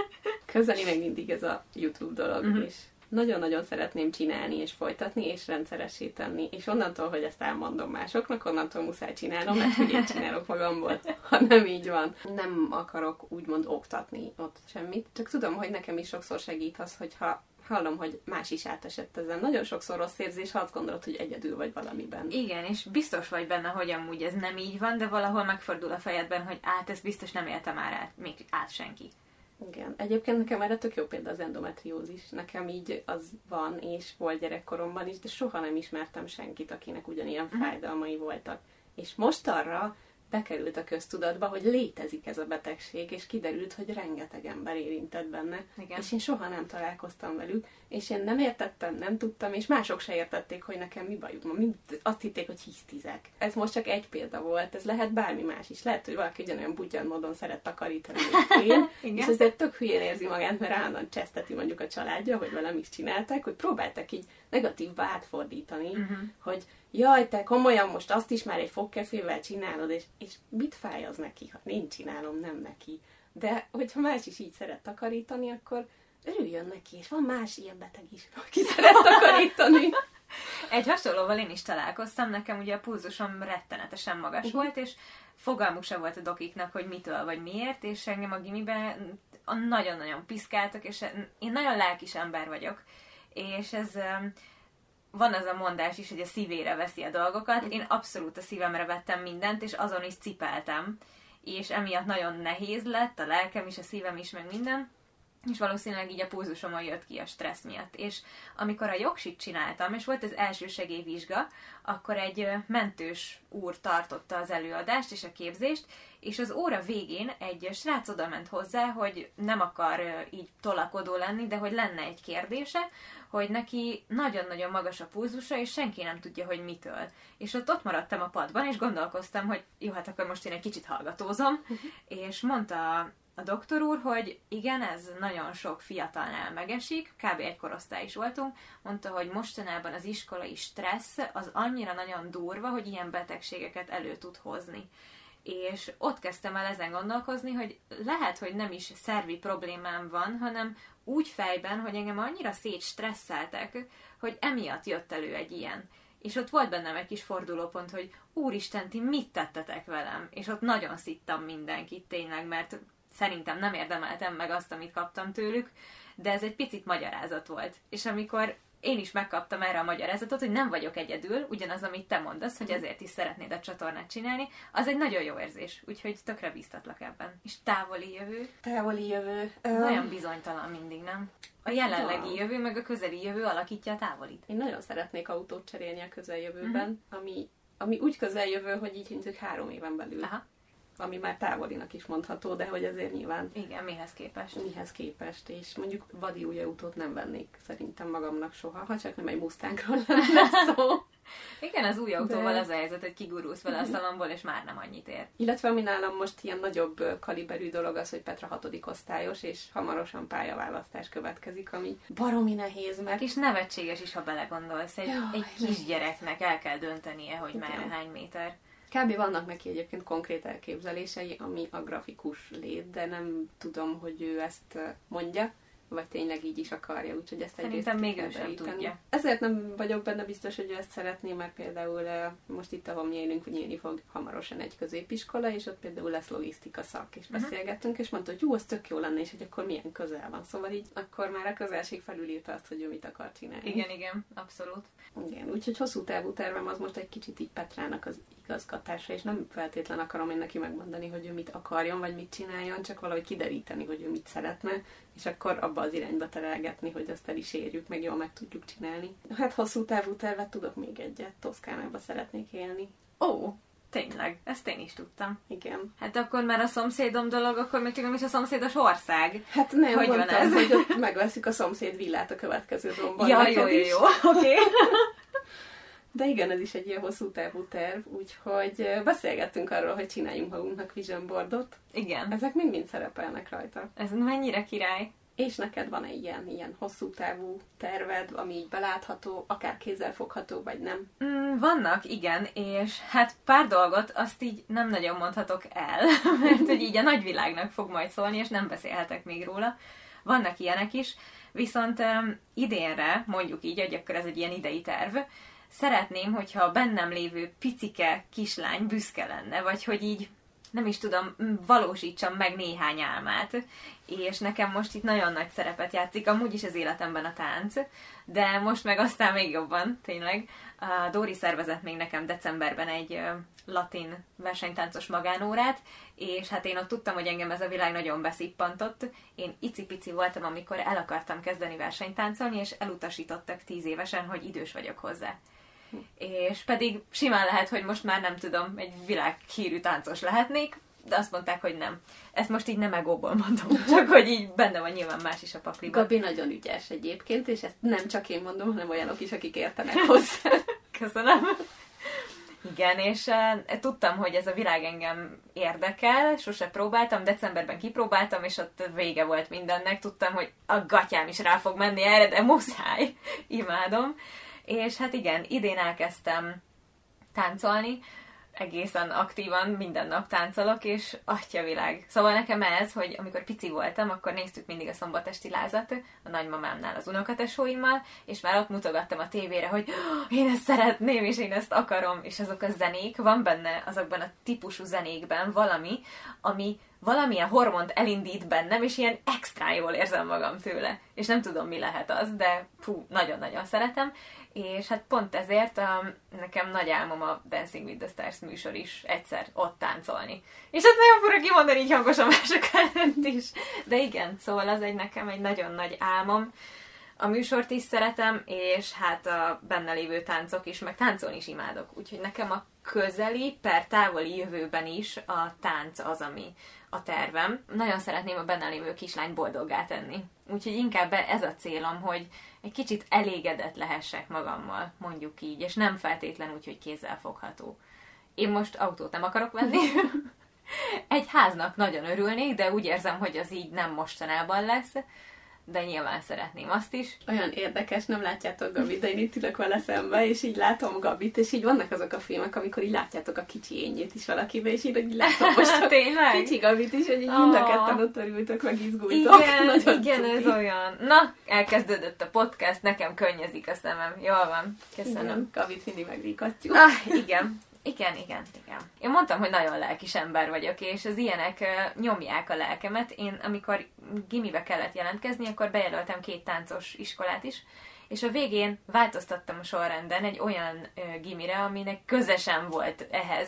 B: Közeli még mindig ez a YouTube dolog, uh-huh. és nagyon-nagyon szeretném csinálni, és folytatni, és rendszeressé tenni. És onnantól, hogy ezt elmondom másoknak, onnantól muszáj csinálnom, mert hogy én csinálok magamból, ha nem így van. Nem akarok úgymond oktatni ott semmit, csak tudom, hogy nekem is sokszor segít az, hogyha hallom, hogy más is átesett ezen. Nagyon sokszor rossz érzés, ha azt gondolod, hogy egyedül vagy valamiben.
A: Igen, és biztos vagy benne, hogy amúgy ez nem így van, de valahol megfordul a fejedben, hogy át, ezt biztos nem élte már át, még át senki.
B: Igen. Egyébként nekem erre tök jó példa az endometriózis. Nekem így az van, és volt gyerekkoromban is, de soha nem ismertem senkit, akinek ugyanilyen uh-huh. fájdalmai voltak. És most arra bekerült a köztudatba, hogy létezik ez a betegség, és kiderült, hogy rengeteg ember érintett benne.
A: Igen.
B: És én soha nem találkoztam velük, és én nem értettem, nem tudtam, és mások se értették, hogy nekem mi bajuk van. Azt hitték, hogy hisztizek. Ez most csak egy példa volt, ez lehet bármi más is. Lehet, hogy valaki ugyanolyan bugyan módon szeret takarítani, mint én, és ezért tök hülyén érzi magát, mert állandóan cseszteti mondjuk a családja, hogy velem is csinálták, hogy próbáltak így negatívba átfordítani, uh-huh. hogy jaj, te komolyan most azt is már egy fogkefével csinálod, és, és mit fáj az neki, ha én csinálom, nem neki. De hogyha más is így szeret takarítani, akkor örüljön neki, és van más ilyen beteg is, aki szeret takarítani.
A: Egy hasonlóval én is találkoztam, nekem ugye a pulzusom rettenetesen magas uh-huh. volt, és fogalmuk sem volt a dokiknak, hogy mitől vagy miért, és engem a gimiben nagyon-nagyon piszkáltak, és én nagyon lelkis ember vagyok, és ez... van az a mondás is, hogy a szívére veszi a dolgokat. Én abszolút a szívemre vettem mindent, és azon is cipeltem. És emiatt nagyon nehéz lett a lelkem is, a szívem is, meg minden. És valószínűleg így a pulzusomon jött ki a stressz miatt. És amikor a jogsit csináltam, és volt az első segélyvizsga, akkor egy mentős úr tartotta az előadást és a képzést, és az óra végén egy srác oda ment hozzá, hogy nem akar így tolakodó lenni, de hogy lenne egy kérdése, hogy neki nagyon-nagyon magas a pulzusa, és senki nem tudja, hogy mitől. És ott ott maradtam a padban, és gondolkoztam, hogy jó, hát akkor most én egy kicsit hallgatózom, uh-huh. és mondta a doktor úr, hogy igen, ez nagyon sok fiatalnál megesik, kb. Egy korosztály is voltunk, mondta, hogy mostanában az iskolai stressz az annyira nagyon durva, hogy ilyen betegségeket elő tud hozni. És ott kezdtem el ezen gondolkozni, hogy lehet, hogy nem is szervi problémám van, hanem úgy fejben, hogy engem annyira szétstresszeltek, hogy emiatt jött elő egy ilyen. És ott volt bennem egy kis fordulópont, hogy úristen, ti mit tettetek velem? És ott nagyon szittam mindenkit tényleg, mert szerintem nem érdemeltem meg azt, amit kaptam tőlük, de ez egy picit magyarázat volt. És amikor én is megkaptam erre a magyarázatot, hogy nem vagyok egyedül, ugyanaz, amit te mondasz, hogy ezért is szeretnéd a csatornát csinálni, az egy nagyon jó érzés, úgyhogy tökre bíztatlak ebben. És távoli jövő?
B: Távoli jövő.
A: Ez um... olyan bizonytalan mindig, nem? A jelenlegi ja. jövő, meg a közeli jövő alakítja a távolit.
B: Én nagyon szeretnék autót cserélni a közeljövőben, uh-huh. ami, ami úgy közeljövő, hogy így mondjuk három éven belül. Aha. Ami már távolinak is mondható, de hogy azért nyilván...
A: Igen, mihez képest.
B: Mihez képest, és mondjuk vadi új autót nem vennék szerintem magamnak soha, ha csak nem egy Mustangról lenne szó.
A: Igen, az új autóval de... az a helyzet, hogy kigurulsz vele a szalomból, és már nem annyit ér.
B: Illetve ami nálam most ilyen nagyobb kaliberű dolog az, hogy Petra hatodik osztályos, és hamarosan pályaválasztás következik, ami baromi nehéz, mert...
A: És nevetséges is, ha belegondolsz. Egy, Jaj, egy kisgyereknek el kell döntenie, hogy már hány méter.
B: Kb. Vannak neki egyébként konkrét elképzelései, ami a grafikus lét, de nem tudom, hogy ő ezt mondja, vagy tényleg így is akarja, úgyhogy ezt egyrészt
A: Szerintem még ő sem tudja.
B: Ezért nem vagyok benne biztos, hogy ő ezt szeretné, mert például most itt, ahol mi élünk, nyílni fog hamarosan egy középiskola, és ott például lesz logisztika szak, és beszélgettünk, uh-huh. és mondta, hogy jó, az tök jó lenne, és hogy akkor milyen közel van. Szóval így akkor már a közelség felülírta azt, hogy ő mit akar csinálni.
A: Igen, igen, abszolút.
B: Igen, úgyhogy hosszú távú tervem az most egy kicsit így Petrának az igazgatása, és nem feltétlen akarom én neki megmondani, hogy ő mit akarjon, vagy mit csináljon, csak valahogy kideríteni, hogy ő mit szeretne, és akkor abba az irányba terelgetni, hogy azt el is érjük, meg jól meg tudjuk csinálni. Hát hosszú távú tervet tudok még egyet, Toszkánában szeretnék élni.
A: Ó, tényleg, ezt én is tudtam.
B: Igen.
A: Hát akkor már a szomszédom dolog, akkor még tudom is a szomszédos ország.
B: Hát nem, hogy mondtam, van ez? Hogy ott megveszük a szomszéd villát a következő domban.
A: Ja, jó, jó, jó, oké. Okay.
B: De igen, ez is egy ilyen hosszú távú terv, úgyhogy beszélgettünk arról, hogy csináljunk magunknak vision boardot.
A: Igen.
B: Ezek mind-mind szerepelnek rajta.
A: Ez mennyire király.
B: És neked van egy ilyen, ilyen hosszú távú terved, ami így belátható, akár kézzelfogható, vagy nem?
A: Mm, vannak, igen, és hát pár dolgot azt így nem nagyon mondhatok el, mert hogy így a nagyvilágnak fog majd szólni, és nem beszélhetek még róla. Vannak ilyenek is, viszont um, idénre, mondjuk így, hogy akkor ez egy ilyen idei terv, szeretném, hogyha a bennem lévő picike kislány büszke lenne, vagy hogy így, nem is tudom, valósítsam meg néhány álmát. És nekem most itt nagyon nagy szerepet játszik, amúgy is az életemben a tánc, de most meg aztán még jobban, tényleg. A Dóri szervezett még nekem decemberben egy latin versenytáncos magánórát, és hát én ott tudtam, hogy engem ez a világ nagyon beszippantott. Én icipici voltam, amikor el akartam kezdeni versenytáncolni, és elutasítottak tíz évesen, hogy idős vagyok hozzá. És pedig simán lehet, hogy most már nem tudom, egy világhírű táncos lehetnék, de azt mondták, hogy nem. Ezt most így nem egóból mondom, csak hogy így benne van nyilván más is a pakliban.
B: Gabi nagyon ügyes egyébként, és ezt nem csak én mondom, hanem olyanok is, akik értenek hozzá.
A: Köszönöm. Igen, és uh, tudtam, hogy ez a világ engem érdekel, sose próbáltam, decemberben kipróbáltam, és ott vége volt mindennek. Tudtam, hogy a gatyám is rá fog menni erre, de muszáj. Imádom. És hát igen, idén elkezdtem táncolni, egészen aktívan minden nap táncolok, és atyavilág. Szóval nekem ez, hogy amikor pici voltam, akkor néztük mindig a szombatesti lázat a nagymamámnál az unokatesóimmal, és már ott mutogattam a tévére, hogy oh, én ezt szeretném, és én ezt akarom, és azok a zenék, van benne azokban a típusú zenékben valami, ami valamilyen hormont elindít bennem, és ilyen extra jól érzem magam tőle. És nem tudom, mi lehet az, de fú, nagyon-nagyon szeretem. És hát pont ezért a, nekem nagy álmom a Dancing with the Stars műsor is, egyszer ott táncolni. És ez nagyon fura kimondani így hangosan mások előtt is. De igen, szóval az egy nekem egy nagyon nagy álmom. A műsort is szeretem, és hát a benne lévő táncok is, meg táncolni is imádok. Úgyhogy nekem a közeli, per távoli jövőben is a tánc az, ami a tervem. Nagyon szeretném a benne lévő kislányt boldoggá tenni. Úgyhogy inkább ez a célom, hogy egy kicsit elégedett lehessek magammal, mondjuk így, és nem feltétlen úgy, hogy kézzel fogható. Én most autót nem akarok venni. Egy háznak nagyon örülnék, de úgy érzem, hogy az így nem mostanában lesz. De nyilván szeretném azt is.
B: Olyan érdekes, nem látjátok Gabit, de én itt ülök vele szembe, és így látom Gabit, és így vannak azok a filmek, amikor így látjátok a kicsi énjét is valakibe, és így, így látom most a kicsi Gabit is, hogy így oh. mind a ketten ott örültök, meg izgultok.
A: Igen, Nagyon igen cuki. Ez olyan. Na, elkezdődött a podcast, nekem könnyezik a szemem. Jól van, köszönöm.
B: Igen, Gabit mindig megríkatjuk.
A: Ah, igen. Igen, igen, igen. Én mondtam, hogy nagyon lelkis ember vagyok, és az ilyenek uh, nyomják a lelkemet. Én, amikor gimibe kellett jelentkezni, akkor bejelöltem két táncos iskolát is, és a végén változtattam a sorrenden egy olyan uh, gimire, aminek közesen volt ehhez,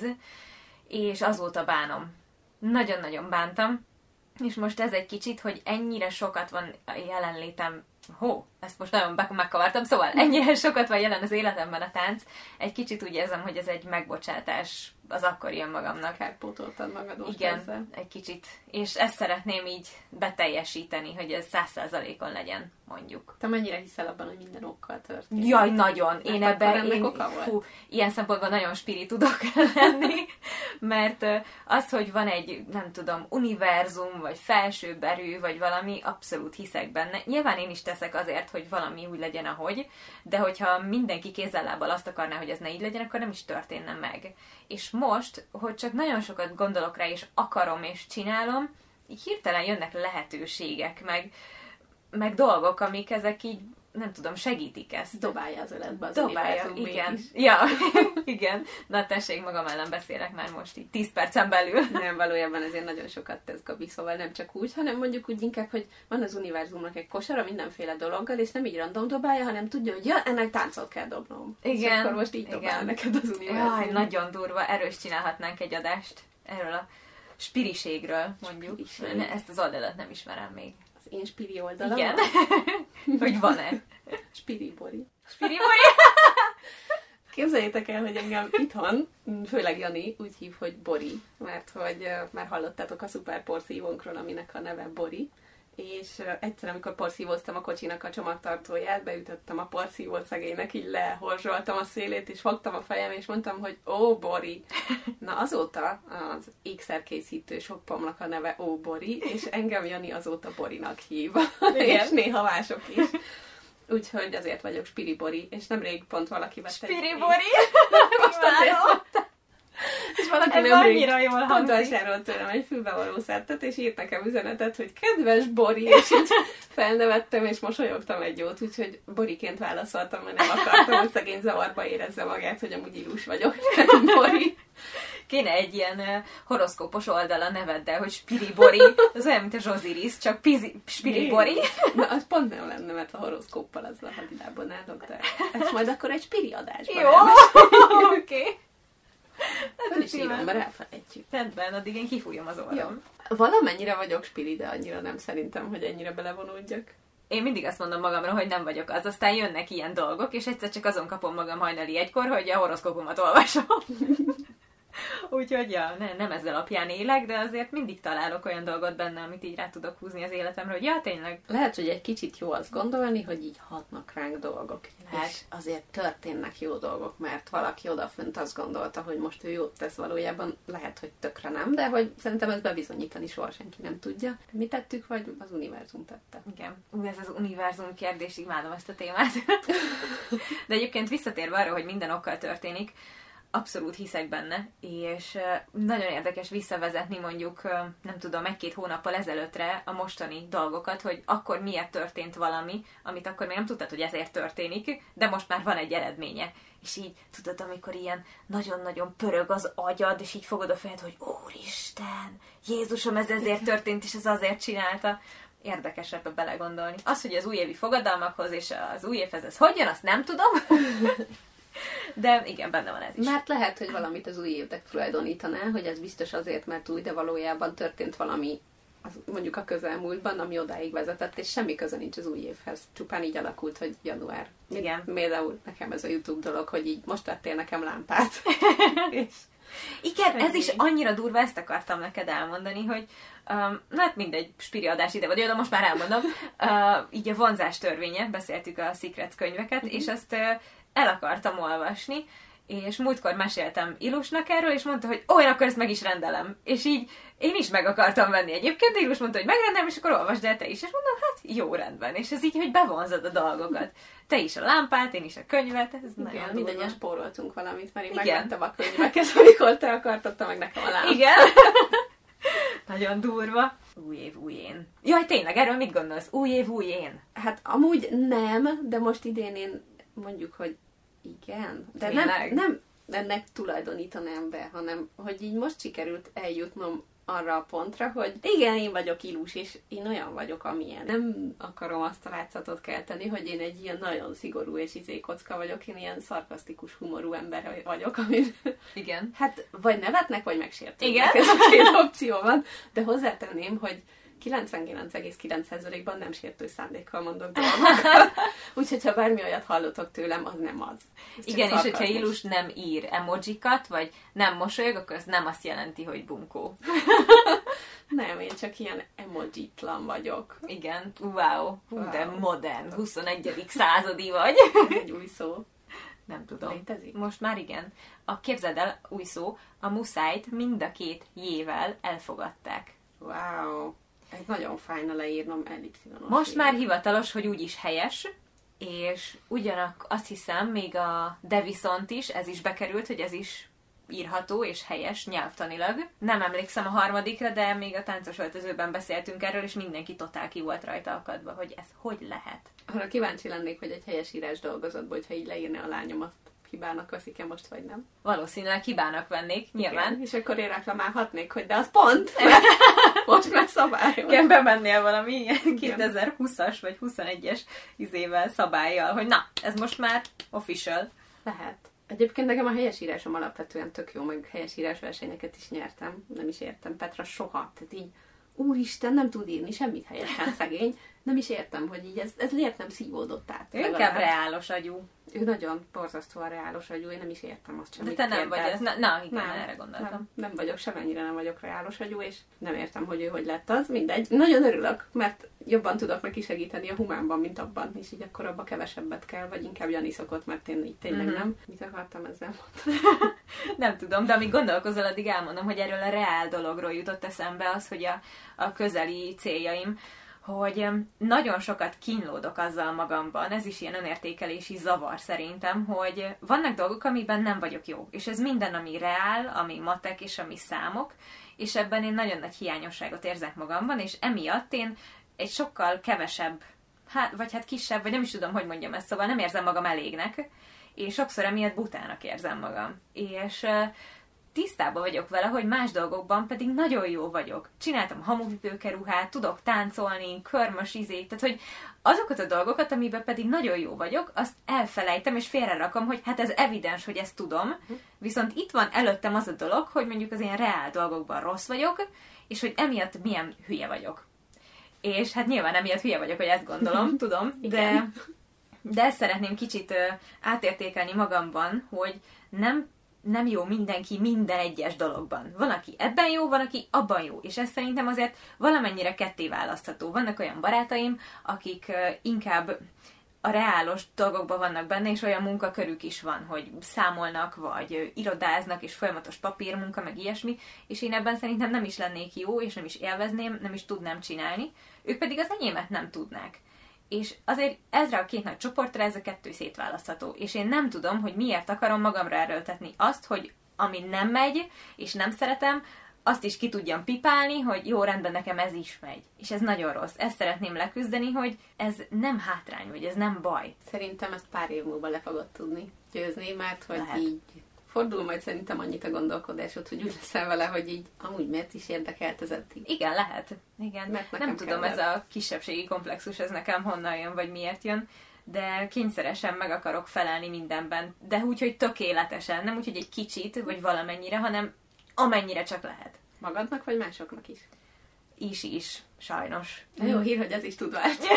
A: és azóta bánom. Nagyon-nagyon bántam, és most ez egy kicsit, hogy ennyire sokat van a jelenlétem. Hó, ezt most nagyon megkavartam, szóval ennyire sokat van jelen az életemben a tánc. Egy kicsit úgy érzem, hogy ez egy megbocsátás az akkori önmagamnak.
B: Kárpótoltad magad most
A: Igen,
B: ezzel.
A: Egy kicsit. És ezt szeretném így beteljesíteni, hogy ez száz százalékon legyen, mondjuk.
B: Te mennyire hiszel abban, hogy minden okkal történik?
A: Jaj, nagyon. Én ebben, én, fú, ilyen szempontból nagyon spiri tudok lenni, mert az, hogy van egy, nem tudom, univerzum, vagy felsőbb erő, vagy valami, abszolút hiszek benne. Nyilván én is teszek azért, hogy valami úgy legyen, ahogy, de hogyha mindenki kézzel-lábbal azt akarná, hogy ez ne így legyen, akkor nem is történne meg. És most, hogy csak nagyon sokat gondolok rá, és akarom, és csinálom, így hirtelen jönnek lehetőségek, meg, meg dolgok, amik ezek így, nem tudom, segítik ezt.
B: Dobálja az életbe az
A: Dobálja,
B: univerzum
A: igen.
B: mégis.
A: Ja, igen. Na tessék, magam ellen beszélek már most így tíz percen belül.
B: Nem, valójában ezért nagyon sokat tesz Gabi, szóval nem csak úgy, hanem mondjuk úgy inkább, hogy van az univerzumnak egy kosara mindenféle dologgal, és nem így random dobálja, hanem tudja, hogy ja, ennek táncot kell dobnom.
A: Igen.
B: És akkor most így dobál neked az univerzum.
A: Jaj, nagyon durva, erős csinálhatnánk egy adást erről a spiriségről, mondjuk. Spiriség. Ezt az oldalat nem ismerem még.
B: Az én spiri oldalam?
A: Igen. Hogy van-e?
B: Spiri Bori.
A: Spiri Bori?
B: Képzeljétek el, hogy engem itthon, főleg Jani úgy hív, hogy Bori, mert hogy uh, már hallottátok a szuper porszívónkról, aminek a neve Bori, és uh, egyszer, amikor porszívóztam a kocsinak a csomagtartóját, beütöttem a porszívót szegénynek, így lehorzsoltam a szélét, és fogtam a fejem, és mondtam, hogy ó, Bori. Na azóta az ékszerkészítő soppamnak a neve ó, Bori, és engem Jani azóta Borinak hív. És néha mások is. Úgyhogy azért vagyok Spiri Bori, és nemrég pont valaki vette...
A: Spiri Bori?
B: Most azért. És valaki
A: ez
B: nemrég
A: jól
B: pont vásárolt tőlem egy fülbevaló szettet, és írt nekem üzenetet, hogy kedves Bori, és így felnevettem, és mosolyogtam egy jót, úgyhogy Boriként válaszoltam, mert nem akartam, hogy szegény zavarba érezze magát, hogy amúgy ilus vagyok. Bori.
A: Kéne egy ilyen uh, horoszkópos oldal a neveddel, hogy Spiri Bori. Ez olyan, mint a Zsosiris, csak pizi, Spiri Bori.
B: Na, az pont nem lenne, mert a horoszkóppal azzal hadilábban állok, de ezt majd akkor egy Spiri adásban.
A: Jó, oké. Okay.
B: Hát is írom, mert elfelejtjük.
A: Rendben, addig én kifújom az orrom.
B: Jó. Valamennyire vagyok Spiri, de annyira nem szerintem, hogy ennyire belevonódjak.
A: Én mindig azt mondom magamra, hogy nem vagyok az, aztán jönnek ilyen dolgok, és egyszer csak azon kapom magam hajnali egykor, hogy a horoszkópomat olvasom. Úgyhogy ja, ne, nem ezzel alapján élek, de azért mindig találok olyan dolgot benne, amit így rá tudok húzni az életemre, hogy ja, tényleg.
B: Lehet, hogy egy kicsit jó azt gondolni, hogy így hatnak ránk dolgok.
A: Lehet.
B: És azért történnek jó dolgok, mert valaki odafönt azt gondolta, hogy most ő jót tesz, valójában lehet, hogy tökre nem, de hogy szerintem ezt bebizonyítani soha senki nem tudja. Mi tettük, vagy az univerzum tette?
A: Igen. Ú, ez az univerzum kérdés, imádom ezt a témát. De egyébként visszatérve arra, hogy minden okkal történik, abszolút hiszek benne, és nagyon érdekes visszavezetni mondjuk, nem tudom, egy-két hónappal ezelőttre a mostani dolgokat, hogy akkor miért történt valami, amit akkor még nem tudtad, hogy ezért történik, de most már van egy eredménye. És így, tudod, amikor ilyen nagyon-nagyon pörög az agyad, és így fogod a fejed, hogy Úristen, Jézusom, ez ezért történt, és ez azért csinálta. Érdekes ebbe belegondolni. Az, hogy az újévi fogadalmakhoz és az új évhez ez hogy jön, azt nem tudom. De igen, benne van ez is.
B: Mert lehet, hogy valamit az új évnek tulajdonítaná, hogy ez biztos azért, mert új, de valójában történt valami az, mondjuk a közelmúltban, ami odáig vezetett, és semmi köze nincs az új évhez. Csupán így alakult, hogy január.
A: Igen.
B: Például nekem ez a YouTube dolog, hogy így most vettél nekem lámpát. és
A: igen, ez is annyira durva, ezt akartam neked elmondani, hogy um, hát mindegy, spiri adás ide vagy, de most már elmondom. Uh, így a vonzás törvénye, beszéltük a Secrets könyveket, mm-hmm. és azt uh, el akartam olvasni, és múltkor meséltem Ilusnak erről, és mondta, hogy ó, én akkor ezt meg is rendelem. És így én is meg akartam venni egyébként, de Ilus mondta, hogy megrendelem, és akkor olvasd el te is. És mondom, hát jó, rendben. És ez így, hogy bevonzod a dolgokat. Te is a lámpát, én is a könyvet, ez
B: igen,
A: nagyon
B: mindegyen spóroltunk valamit, mert én
A: igen.
B: megvettem a könyveket, amikor te akartotta meg nekem a lámpát.
A: Igen. Nagyon durva. Új év, új én. Jaj, tényleg, erről mit gondolsz? Új év, új én.
B: Hát amúgy nem, de most idén én mondjuk, hogy igen. De nem, nem ennek tulajdonítanám be, hanem hogy így most sikerült eljutnom arra a pontra, hogy igen, én vagyok Ilus, és én olyan vagyok, amilyen. Nem akarom azt a látszatot kelteni, hogy én egy ilyen nagyon szigorú és izékocka vagyok, én ilyen szarkasztikus humorú ember vagyok, amit...
A: Igen.
B: Hát, vagy nevetnek, vagy megsértődnek.
A: Igen.
B: Ez a két opció van, de hozzátenném, hogy kilencvenkilenc egész kilenc százalékban nem sértő szándékkal mondok dolgokat. Úgyhogy, ha bármi olyat hallotok tőlem, az nem az. Ez
A: igen, és hogyha Ilus nem ír emojikat, vagy nem mosolyog, akkor az nem azt jelenti, hogy bunkó.
B: Nem, én csak ilyen emojitlan vagyok.
A: Igen, wow, hú, wow. De modern, huszonegyedik századi vagy.
B: Egy új szó.
A: Nem tudom.
B: Létezik?
A: Most már igen. A, képzeld el, új szó, a muszájt mind a két jével elfogadták.
B: Wow. Ez nagyon fájna leírnom ellipszilonos.
A: Most ér. Már hivatalos, hogy úgyis helyes, és ugyanak azt hiszem, még a de viszont is, ez is bekerült, hogy ez is írható és helyes nyelvtanilag. Nem emlékszem a harmadikra, de még a táncos öltözőben beszéltünk erről, és mindenki totál ki volt rajta akadva, hogy ez hogy lehet.
B: Arra kíváncsi lennék, hogy egy helyes írás dolgozatból, hogyha így leírne a lányom, azt hibának veszik-e most, vagy nem?
A: Valószínűleg hibának vennék, nyilván.
B: Igen, és akkor én reklamálhatnék, hogy de az pont! Most már szabályos.
A: Igen, bemennél valami kétezer-húszas vagy huszonegyes izével, szabállyal, hogy na, ez most már official.
B: Lehet. Egyébként nekem a helyesírásom alapvetően tök jó, meg helyesírás versenyeket is nyertem. Nem is értem Petra soha. Tehát így, úristen, nem tud írni semmit helyesen, szegény. Nem is értem, hogy így ez, ez miért nem szívódott át.
A: Ő inkább reálos agyú.
B: Ő nagyon borzasztóan reálos agyú, én nem is értem azt sem.
A: De te nem vagy ez. Na, na igen,
B: nem,
A: erre gondoltam.
B: Nem, nem vagyok, semennyire nem vagyok reálos agyú, és nem értem, hogy ő hogy lett az. Mindegy. Nagyon örülök, mert jobban tudok neki segíteni a humánban, mint abban, és így akkor abba kevesebbet kell, vagy inkább Jani szokott, mert én így tényleg mm-hmm. nem. Mit akartam ezzel mondani?
A: Nem tudom, de amíg gondolkozol, addig elmondom, hogy erről a reál dologról jutott eszembe az, hogy a, a közeli céljaim, hogy nagyon sokat kínlódok azzal magamban, ez is ilyen önértékelési zavar szerintem, hogy vannak dolgok, amiben nem vagyok jó, és ez minden, ami reál, ami matek és ami számok, és ebben én nagyon nagy hiányosságot érzek magamban, és emiatt én egy sokkal kevesebb, hát, vagy hát kisebb, vagy nem is tudom, hogy mondjam ezt, szóval nem érzem magam elégnek, és sokszor emiatt butának érzem magam. És tisztában vagyok vele, hogy más dolgokban pedig nagyon jó vagyok. Csináltam hamupipőkeruhát, tudok táncolni, körmös izét, tehát hogy azokat a dolgokat, amiben pedig nagyon jó vagyok, azt elfelejtem és félrerakom, hogy hát ez evidens, hogy ezt tudom, viszont itt van előttem az a dolog, hogy mondjuk az ilyen reál dolgokban rossz vagyok, és hogy emiatt milyen hülye vagyok. És hát nyilván emiatt hülye vagyok, hogy ezt gondolom, tudom, de, de ezt szeretném kicsit átértékelni magamban, hogy nem nem jó mindenki minden egyes dologban. Van, aki ebben jó, van, aki abban jó. És ez szerintem azért valamennyire ketté választható. Vannak olyan barátaim, akik inkább a reálos dolgokban vannak benne, és olyan munkakörük is van, hogy számolnak, vagy irodáznak, és folyamatos papírmunka, meg ilyesmi, és én ebben szerintem nem is lennék jó, és nem is élvezném, nem is tudnám csinálni. Ők pedig az enyémet nem tudnák. És azért ezre a két nagy csoportra ez a kettő szétválasztható. És én nem tudom, hogy miért akarom magamra erőltetni azt, hogy ami nem megy, és nem szeretem, azt is ki tudjam pipálni, hogy jó, rendben, nekem ez is megy. És ez nagyon rossz. Ezt szeretném leküzdeni, hogy ez nem hátrány, vagy ez nem baj.
B: Szerintem ezt pár év múlva le fogod tudni győzni, mert hogy
A: Lehet.
B: így fordul majd szerintem annyit a gondolkodásod, hogy úgy leszel vele, hogy így amúgy miért is érdekelt ez eddig.
A: Igen, lehet. Igen.
B: Mert
A: nem tudom,
B: kellett.
A: ez a kisebbségi komplexus, ez nekem honnan jön, vagy miért jön, de kényszeresen meg akarok felelni mindenben. De úgy, hogy tökéletesen. Nem úgy, hogy egy kicsit, vagy valamennyire, hanem amennyire csak lehet.
B: Magadnak, vagy másoknak is?
A: Is is, sajnos.
B: De jó hír, hogy ez is tud változni.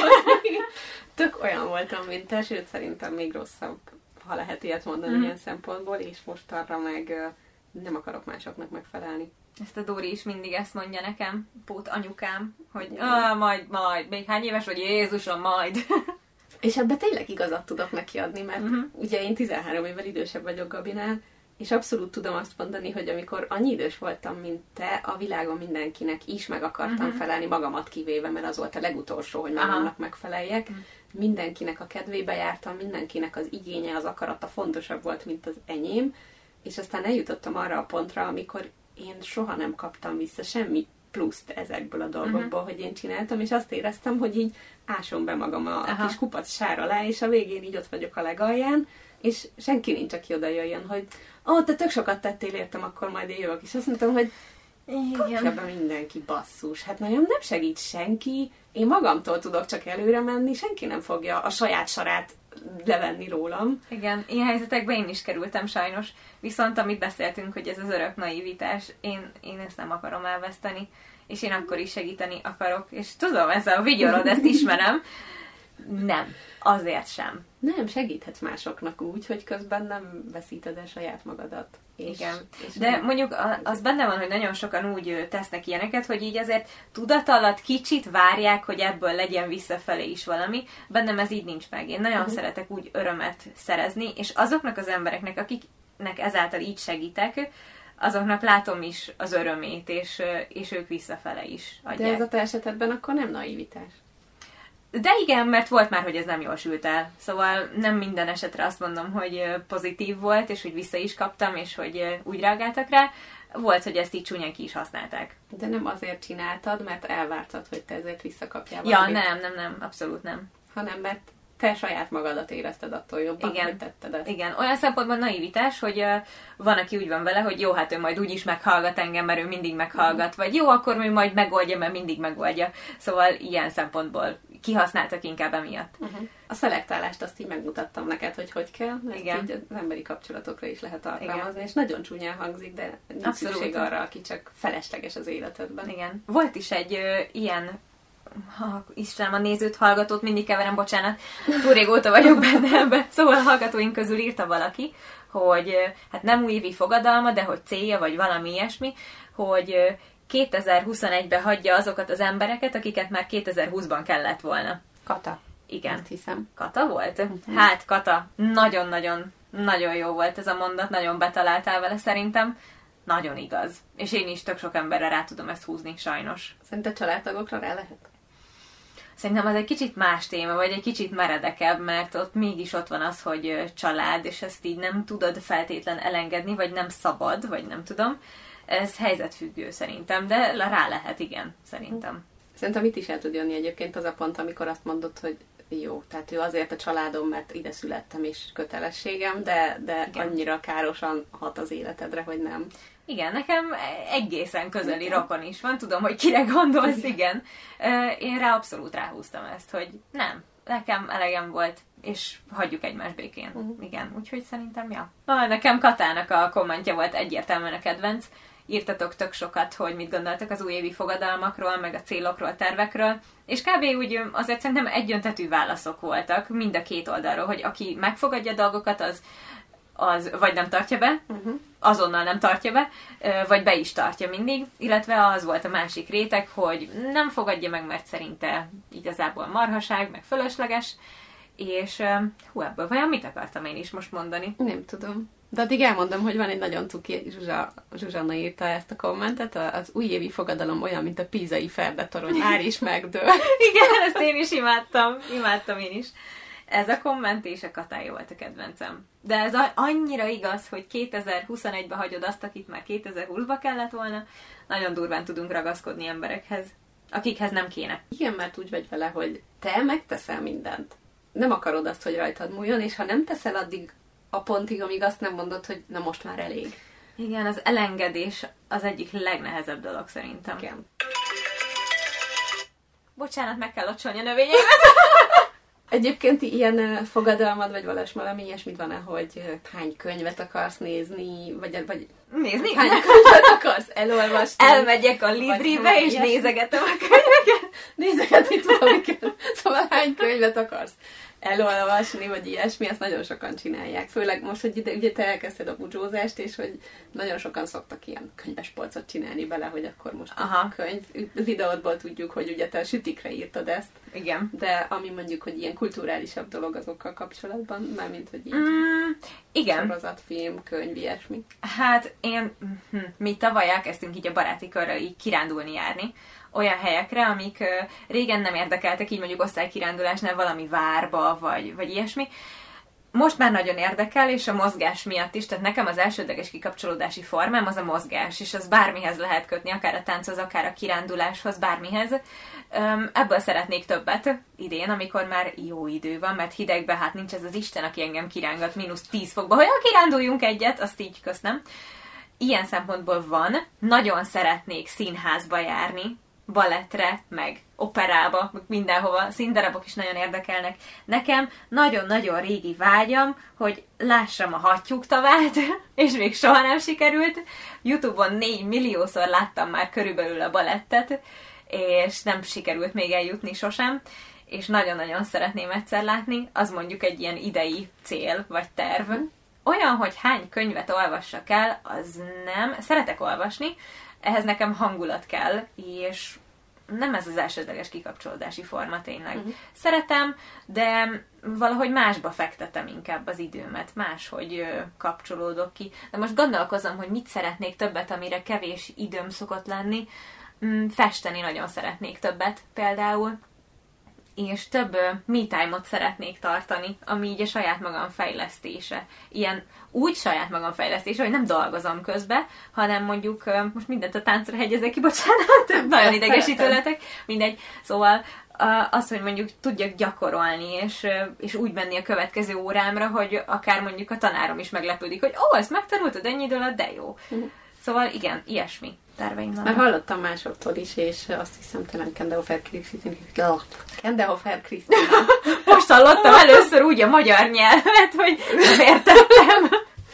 B: Tök olyan voltam, mint te, sőt szerintem még rosszabb, ha lehet ilyet mondani mm. ilyen szempontból, és most arra meg uh, nem akarok másoknak megfelelni.
A: Ezt a Dóri is mindig ezt mondja nekem, pót anyukám, hogy ah, majd, majd, még hány éves vagy, Jézusom, majd.
B: És ebbe tényleg igazat tudok neki adni, mert
A: uh-huh.
B: ugye én tizenhárom évvel idősebb vagyok Gabinál, és abszolút tudom azt mondani, hogy amikor annyi idős voltam, mint te, a világon mindenkinek is meg akartam uh-huh. felelni, magamat kivéve, mert az volt a legutolsó, hogy magamnak megfeleljek. Uh-huh. Mindenkinek a kedvébe jártam, mindenkinek az igénye, az akarata fontosabb volt, mint az enyém, és aztán eljutottam arra a pontra, amikor én soha nem kaptam vissza semmi pluszt ezekből a dolgokból, uh-huh. hogy én csináltam, és azt éreztem, hogy így ásom be magam a, a kis kupac sár alá, és a végén így ott vagyok a legalján, és senki nincs, aki oda jöjjön, hogy ó, oh, te tök sokat tettél, értem, akkor majd én jövök. És azt mondtam, hogy kapja be mindenki, basszus. Hát nagyon nem segít senki, én magamtól tudok csak előre menni, senki nem fogja a saját sarát levenni rólam.
A: Igen, ilyen helyzetekben én is kerültem sajnos. Viszont amit beszéltünk, hogy ez az örök naivitás, én, én ezt nem akarom elveszteni, és én akkor is segíteni akarok. És tudom, ez a vigyorod, ezt ismerem. Nem, azért sem.
B: Nem, segíthetsz másoknak úgy, hogy közben nem veszíted el saját magadat. És,
A: Igen,
B: és
A: de
B: nem,
A: mondjuk az benne van, hogy nagyon sokan úgy tesznek ilyeneket, hogy így azért tudat alatt kicsit várják, hogy ebből legyen visszafelé is valami. Bennem ez így nincs meg. Én nagyon uh-huh. szeretek úgy örömet szerezni, és azoknak az embereknek, akiknek ezáltal így segítek, azoknak látom is az örömét, és, és ők visszafele is adják.
B: De ez a te esetedben akkor nem naivitás.
A: De igen, mert volt már, hogy ez nem jól sült el. Szóval nem minden esetre azt mondom, hogy pozitív volt, és hogy vissza is kaptam, és hogy úgy reagáltak rá. Volt, hogy ezt így csúnyán ki is használták.
B: De nem azért csináltad, mert elvártad, hogy te ezért visszakapjál
A: valamit. Ja, nem, nem, nem, abszolút nem.
B: Hanem mert te saját magadat érezted attól jobban,
A: igen,
B: hogy tetted ezt.
A: Igen, olyan szempontból naivitás, hogy uh, van, aki úgy van vele, hogy jó, hát ő majd úgyis meghallgat engem, mert ő mindig meghallgat, vagy jó, akkor ő majd megoldja, mert mindig megoldja. Szóval ilyen szempontból kihasználtak inkább emiatt.
B: Uh-huh. A szelektálást azt így megmutattam neked, hogy hogy kell, ezt
A: igen.
B: így az emberi kapcsolatokra is lehet alkalmazni, és nagyon csúnyán hangzik, de nincs abszolút szükség arra, aki csak felesleges az életedben.
A: Igen. Volt is egy ö, ilyen ha, Istenem, a nézőt, hallgatót mindig keverem, bocsánat, túl régóta vagyok benne ebben. Szóval a hallgatóink közül írta valaki, hogy hát nem újévi fogadalma, de hogy célja, vagy valami ilyesmi, hogy kétezer-huszonegyben hagyja azokat az embereket, akiket már kétezer-húszban kellett volna.
B: Kata.
A: Igen.
B: Azt hiszem.
A: Kata volt?
B: Uh-huh.
A: Hát, Kata. Nagyon-nagyon, nagyon jó volt ez a mondat, nagyon betaláltál vele szerintem. Nagyon igaz. És én is tök sok emberre rá tudom ezt húzni, sajnos.
B: Szerinted családtagokra rá lehet?
A: Szerintem az egy kicsit más téma, vagy egy kicsit meredekebb, mert ott mégis ott van az, hogy család, és ezt így nem tudod feltétlen elengedni, vagy nem szabad, vagy nem tudom. Ez helyzetfüggő szerintem, de rá lehet, igen, szerintem.
B: Szerintem itt is el tud jönni egyébként az a pont, amikor azt mondod, hogy jó, tehát ő azért a családom, mert ide születtem és kötelességem, de, de annyira károsan hat az életedre, hogy nem.
A: Igen, nekem egészen közeli igen. rokon is van, tudom, hogy kire gondolsz, igen. Én rá abszolút ráhúztam ezt, hogy nem, nekem elegem volt, és hagyjuk egymást békén. Uh-huh. Igen, úgyhogy szerintem, ja. Ah, nekem Katának a kommentje volt egyértelműen a kedvenc. Írtatok tök sokat, hogy mit gondoltak az újévi fogadalmakról, meg a célokról, tervekről, és kb. Úgy azért szerintem egyöntetű válaszok voltak mind a két oldalról, hogy aki megfogadja dolgokat, az, az vagy nem tartja be, uh-huh. azonnal nem tartja be, vagy be is tartja mindig, illetve az volt a másik réteg, hogy nem fogadja meg, mert szerinte igazából marhaság, meg fölösleges, és hú, ebből vajon mit akartam én is most mondani?
B: Nem tudom. De addig elmondom, hogy van egy nagyon cuki, Zsuzsa, Zsuzsanna írta ezt a kommentet, az újévi fogadalom olyan, mint a pízai ferdetorony, már is megdől.
A: Igen, ezt én is imádtam, imádtam én is. Ez a komment és a Katály volt a kedvencem. De ez annyira igaz, hogy kétezer-huszonegyben hagyod azt, akit már kétezer-húszban kellett volna. Nagyon durván tudunk ragaszkodni emberekhez, akikhez nem kéne.
B: Igen, mert úgy vagy vele, hogy te megteszel mindent. Nem akarod azt, hogy rajtad múljon, és ha nem teszel addig a pontig, amíg azt nem mondod, hogy na most már elég.
A: Igen, az elengedés az egyik legnehezebb dolog szerintem.
B: Igen.
A: Bocsánat, meg kell locsolni a növényeimet.
B: Egyébként ilyen fogadalmad, vagy valami ilyesmit van-e, hogy hány könyvet akarsz nézni, vagy, vagy
A: nézni?
B: Hány könyvet akarsz elolvasni?
A: Elmegyek a Libribe, és ilyesmi? Nézegetem a könyveket.
B: Nézegetni tudom, igen. Szóval hány könyvet akarsz elolvasni, vagy ilyesmi, ezt nagyon sokan csinálják. Főleg most, hogy ide, ugye te elkezdted a budzsózást, és hogy nagyon sokan szoktak ilyen könyvespolcot csinálni bele, hogy akkor most Aha. a könyv videódból tudjuk, hogy ugye te a sütikre írtad ezt.
A: Igen.
B: De ami mondjuk, hogy ilyen kulturálisabb dolog azokkal kapcsolatban, mármint, hogy így
A: mm, igen.
B: sorozatfilm, könyv, ilyesmi.
A: Hát én, mi tavaly elkezdtünk így a baráti körrel így kirándulni járni, olyan helyekre, amik uh, régen nem érdekeltek, így mondjuk osztálykirándulásnál valami várba, vagy, vagy ilyesmi. Most már nagyon érdekel, és a mozgás miatt is, tehát nekem az elsődleges kikapcsolódási formám az a mozgás, és az bármihez lehet kötni, akár a tánchoz, akár a kiránduláshoz, bármihez. Um, ebből szeretnék többet idén, amikor már jó idő van, mert hidegben hát nincs ez az Isten, aki engem kirángat mínusz tíz fokba, hogy ha kiránduljunk egyet, azt így köszönöm. Ilyen szempontból van, nagyon szeretnék színházba járni, balettre, meg operába, meg mindenhova, színdarabok is nagyon érdekelnek. Nekem nagyon-nagyon régi vágyam, hogy lássam a Hattyúk tavát, és még soha nem sikerült. YouTube-on négy milliószor láttam már körülbelül a balettet, és nem sikerült még eljutni sosem, és nagyon-nagyon szeretném egyszer látni, az mondjuk egy ilyen idei cél, vagy terv. Olyan, hogy hány könyvet olvassak el, az nem. Szeretek olvasni, ehhez nekem hangulat kell, és nem ez az elsődleges kikapcsolódási forma tényleg. Uh-huh. Szeretem, de valahogy másba fektetem inkább az időmet, máshogy ö, kapcsolódok ki. De most gondolkozom, hogy mit szeretnék többet, amire kevés időm szokott lenni. Mm, festeni nagyon szeretnék többet például, és több uh, me time-ot szeretnék tartani, ami így a saját magam fejlesztése. Ilyen úgy saját magam fejlesztése, hogy nem dolgozom közben, hanem mondjuk uh, most mindent a táncra hegyezek ki, bocsánat, nagyon idegesítő lettek, mindegy. Szóval uh, az, hogy mondjuk tudjak gyakorolni, és, uh, és úgy menni a következő órámra, hogy akár mondjuk a tanárom is meglepődik, hogy ó, ezt megtanultad ennyi idő alatt, de jó. Uh-huh. Szóval igen, ilyesmi terveim vannak.
B: Már hallottam másoktól is, és azt hiszem talán Kendehofer Krisztina. Kendehofer Krisztina.
A: Most hallottam először úgy a magyar nyelvet, hogy nem értettem.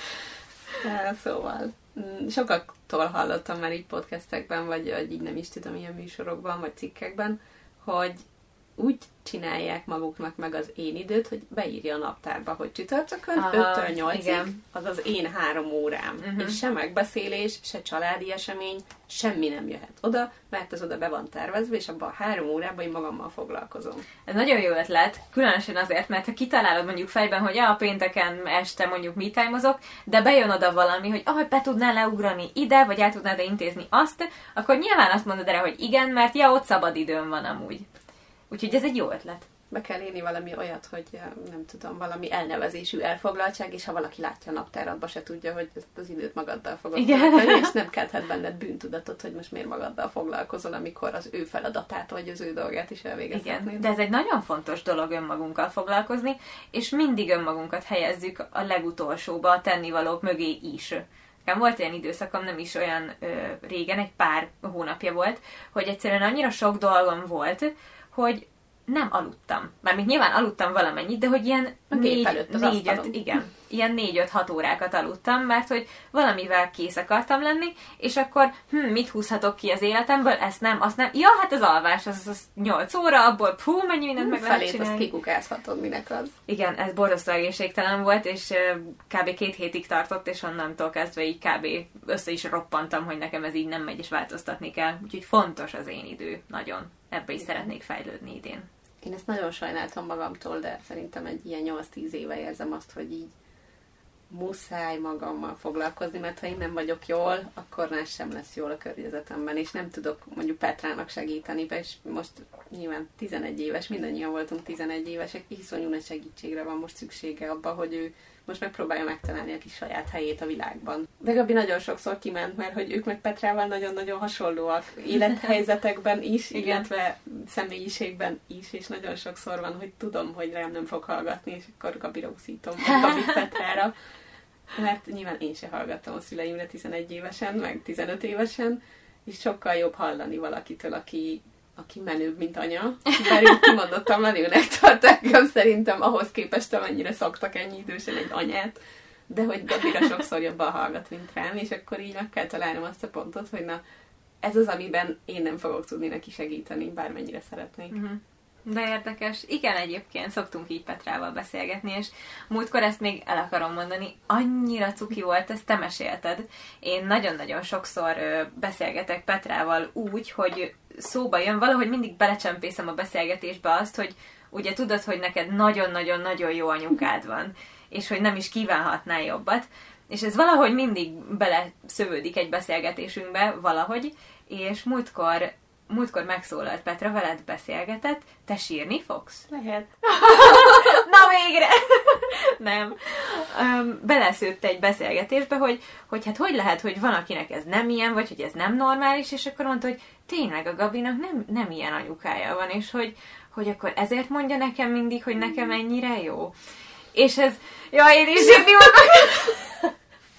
B: Szóval sokaktól hallottam már így podcastekben, vagy, vagy így nem is tudom, ilyen műsorokban, vagy cikkekben, hogy úgy csinálják maguknak meg az én időt, hogy beírja a naptárba, hogy csütörtökön öttől nyolcig, az az én három órám. Uh-huh. És se megbeszélés, se családi esemény, semmi nem jöhet oda, mert az oda be van tervezve, és abban a három órában én magammal foglalkozom.
A: Ez nagyon jó ötlet, különösen azért, mert ha kitalálod mondjuk fejben, hogy ja, a pénteken este mondjuk me time-ozok, de bejön oda valami, hogy ah, be tudnál leugrani ide, vagy el tudnád intézni azt, akkor nyilván azt mondod erre, hogy igen, mert ja, ott szabad időm van amúgy. Úgyhogy ez egy jó ötlet.
B: Be kell írni valami olyat, hogy nem tudom, valami elnevezésű elfoglaltság, és ha valaki látja a naptáradba, se tudja, hogy ezt az időt magaddal fogod tölteni, és nem kelthet benned bűntudatot, hogy most miért magaddal foglalkozol, amikor az ő feladatát, vagy az ő dolgát is elvégezhetnéd.
A: Igen, de ez egy nagyon fontos dolog önmagunkkal foglalkozni, és mindig önmagunkat helyezzük a legutolsóba, a tennivalók mögé is. Nekem volt ilyen időszakom, nem is olyan ö, régen, egy pár hónapja volt, hogy egyszerűen annyira sok dolgom volt, hogy nem aludtam. Mármint nyilván aludtam valamennyit, de hogy ilyen négy, négy, öt, igen, ilyen négy-öt-hat órákat aludtam, mert hogy valamivel kész akartam lenni, és akkor hm, mit húzhatok ki az életemből, ezt nem, azt nem. Ja, hát az alvás, az, az nyolc óra, abból hú, mennyi mindent meg lehet csinálni.
B: Felét azt kikukázhatod, minek az.
A: Igen, ez borzasztó egészségtelen volt, és kb. két hétig tartott, és onnantól kezdve így kb. Össze is roppantam, hogy nekem ez így nem megy, és változtatni kell. Úgyhogy fontos az én idő, nagyon. Ebbe is szeretnék fejlődni idén.
B: Én ezt nagyon sajnáltam magamtól, de szerintem egy ilyen nyolc-tíz éve érzem azt, hogy így muszáj magammal foglalkozni, mert ha én nem vagyok jól, akkor más sem lesz jól a környezetemben, és nem tudok mondjuk Petrának segíteni, és most nyilván tizenegy éves, mindannyian voltunk tizenegy évesek, iszonyú nagy segítségre van most szüksége abba, hogy ő most megpróbálja megtalálni a kis saját helyét a világban. De Gabi nagyon sokszor kiment, mert hogy ők meg Petrával nagyon-nagyon hasonlóak élethelyzetekben is, illetve személyiségben is, és nagyon sokszor van, hogy tudom, hogy rám nem fog hallgatni, és akkor Gabira úszítom, Gabi Petrára. Mert nyilván én se hallgattam a szüleimre tizenegy évesen, meg tizenöt évesen, és sokkal jobb hallani valakitől, aki, aki menőbb, mint anya. Bár én kimondottan menőnek tartottam szerintem ahhoz képest, amennyire szoktak ennyi idősen egy anyát, de hogy Gabira sokszor jobban hallgat, mint rám, és akkor így meg kell találnom azt a pontot, hogy na, ez az, amiben én nem fogok tudni neki segíteni, bármennyire szeretnék.
A: Uh-huh. De érdekes. Igen, egyébként szoktunk így Petrával beszélgetni, és múltkor ezt még el akarom mondani, annyira cuki volt, ezt te mesélted. Én nagyon-nagyon sokszor beszélgetek Petrával úgy, hogy szóba jön, valahogy mindig belecsempészem a beszélgetésbe azt, hogy ugye tudod, hogy neked nagyon-nagyon-nagyon jó anyukád van, és hogy nem is kívánhatnál jobbat, és ez valahogy mindig beleszövődik egy beszélgetésünkbe, valahogy, és múltkor Múltkor megszólalt Petra, veled beszélgetett, te sírni fogsz?
B: Lehet.
A: Na végre! Nem. Um, beleszőtt egy beszélgetésbe, hogy, hogy hát hogy lehet, hogy van, akinek ez nem ilyen, vagy hogy ez nem normális, és akkor mondta, hogy tényleg a Gabinak nem, nem ilyen anyukája van, és hogy, hogy akkor ezért mondja nekem mindig, hogy nekem ennyire jó. És ez, jaj, én is sírni voltam.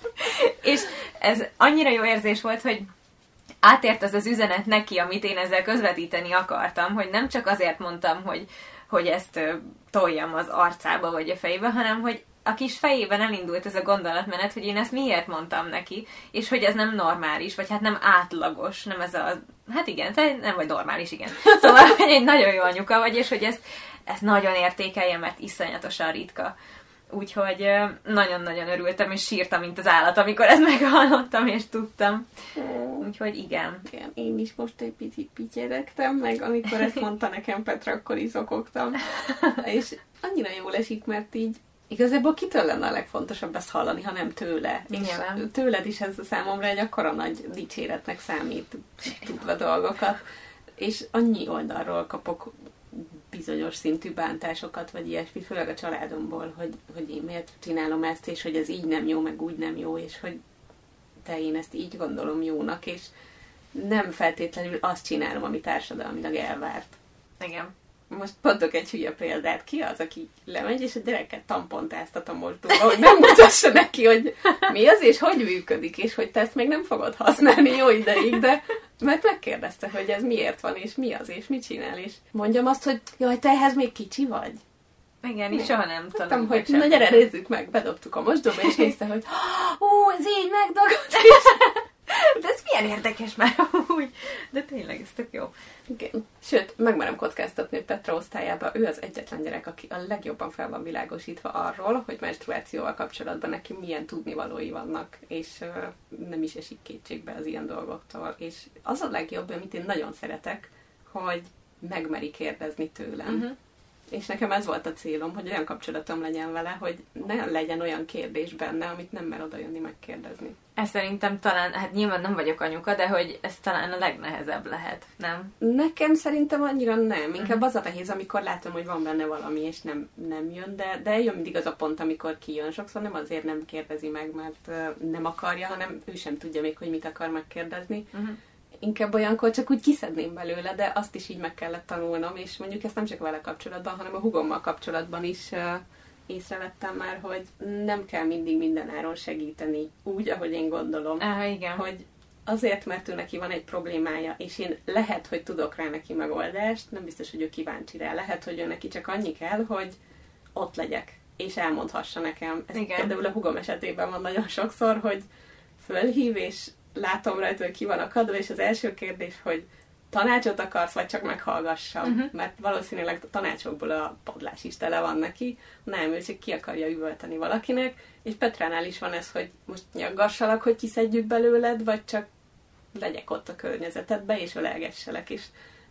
A: És ez annyira jó érzés volt, hogy átért az az üzenet neki, amit én ezzel közvetíteni akartam, hogy nem csak azért mondtam, hogy, hogy ezt toljam az arcába vagy a fejébe, hanem hogy a kis fejében elindult ez a gondolatmenet, hogy én ezt miért mondtam neki, és hogy ez nem normális, vagy hát nem átlagos, nem ez a... Hát igen, te nem vagy normális, igen. Szóval, hogy egy nagyon jó anyuka vagy, és hogy ezt, ezt nagyon értékeljem, mert iszonyatosan ritka. Úgyhogy nagyon-nagyon örültem, és sírtam, mint az állat, amikor ezt meghallottam, és tudtam. Úgyhogy igen.
B: igen. Én is most egy picit pityeregtem, meg amikor ezt mondta nekem Petra, akkor is zokogtam. És annyira jól esik, mert így igazából kitől lenne a legfontosabb ezt hallani, ha nem tőle.
A: Nyilván.
B: És tőled is ez számomra egy akkora nagy dicséretnek számít, tudva dolgokat. És annyi oldalról kapok bizonyos szintű bántásokat, vagy ilyesmi, főleg a családomból, hogy, hogy én miért csinálom ezt, és hogy ez így nem jó, meg úgy nem jó, és hogy te én ezt így gondolom jónak, és nem feltétlenül azt csinálom, ami társadalmilag elvárt.
A: Igen.
B: Most mondok egy hülye példát. Ki az, aki lemegy, és a gyereket tampontáztat a mosdóba, hogy megmutassa neki, hogy mi az, és hogy működik, és hogy te ezt még nem fogod használni jó ideig, de mert megkérdezte, hogy ez miért van, és mi az, és mit csinál, és mondjam azt, hogy jaj, te ehhez még kicsi vagy.
A: Igen, és soha nem
B: tudom. hogy na gyere, nézzük meg, bedobtuk a mosdóba, és nézte, hogy ó, ez így megdagadt,
A: de ez milyen érdekes már úgy. De tényleg, ez tök jó.
B: Igen. Sőt, megmerem kockáztatni, hogy Petra osztályában ő az egyetlen gyerek, aki a legjobban fel van világosítva arról, hogy menstruációval kapcsolatban neki milyen tudnivalói vannak, és uh, nem is esik kétségbe az ilyen dolgoktól. És az a legjobb, amit én nagyon szeretek, hogy megmeri kérdezni tőlem. Uh-huh. És nekem ez volt a célom, hogy olyan kapcsolatom legyen vele, hogy ne legyen olyan kérdés benne, amit nem mer odajönni megkérdezni.
A: Ez szerintem talán, hát nyilván nem vagyok anyuka, de hogy ez talán a legnehezebb lehet, nem?
B: Nekem szerintem annyira nem. Inkább az a nehéz, amikor látom, hogy van benne valami, és nem, nem jön, de, de jön mindig az a pont, amikor kijön. Sokszor nem azért nem kérdezi meg, mert nem akarja, hanem ő sem tudja még, hogy mit akar megkérdezni. Uh-huh. Inkább olyankor csak úgy kiszedném belőle, de azt is így meg kellett tanulnom, és mondjuk ezt nem csak vele kapcsolatban, hanem a hugommal kapcsolatban is uh, észrevettem már, hogy nem kell mindig mindenáron segíteni úgy, ahogy én gondolom.
A: Ah, igen.
B: Hogy azért, mert ő neki van egy problémája, és én lehet, hogy tudok rá neki megoldást, nem biztos, hogy ő kíváncsi rá. Lehet, hogy ő neki csak annyi kell, hogy ott legyek, és elmondhassa nekem. Ez például a hugom esetében van nagyon sokszor, hogy fölhív, és látom rajta, hogy ki van akadva, és az első kérdés, hogy tanácsot akarsz, vagy csak meghallgassam? Uh-huh. Mert valószínűleg a tanácsokból a padlás is tele van neki. Nem, ő csak ki akarja üvölteni valakinek, és Petránál is van ez, hogy most nyaggassalak, hogy kiszedjük belőled, vagy csak legyek ott a környezetedbe, és ölelgesselek is.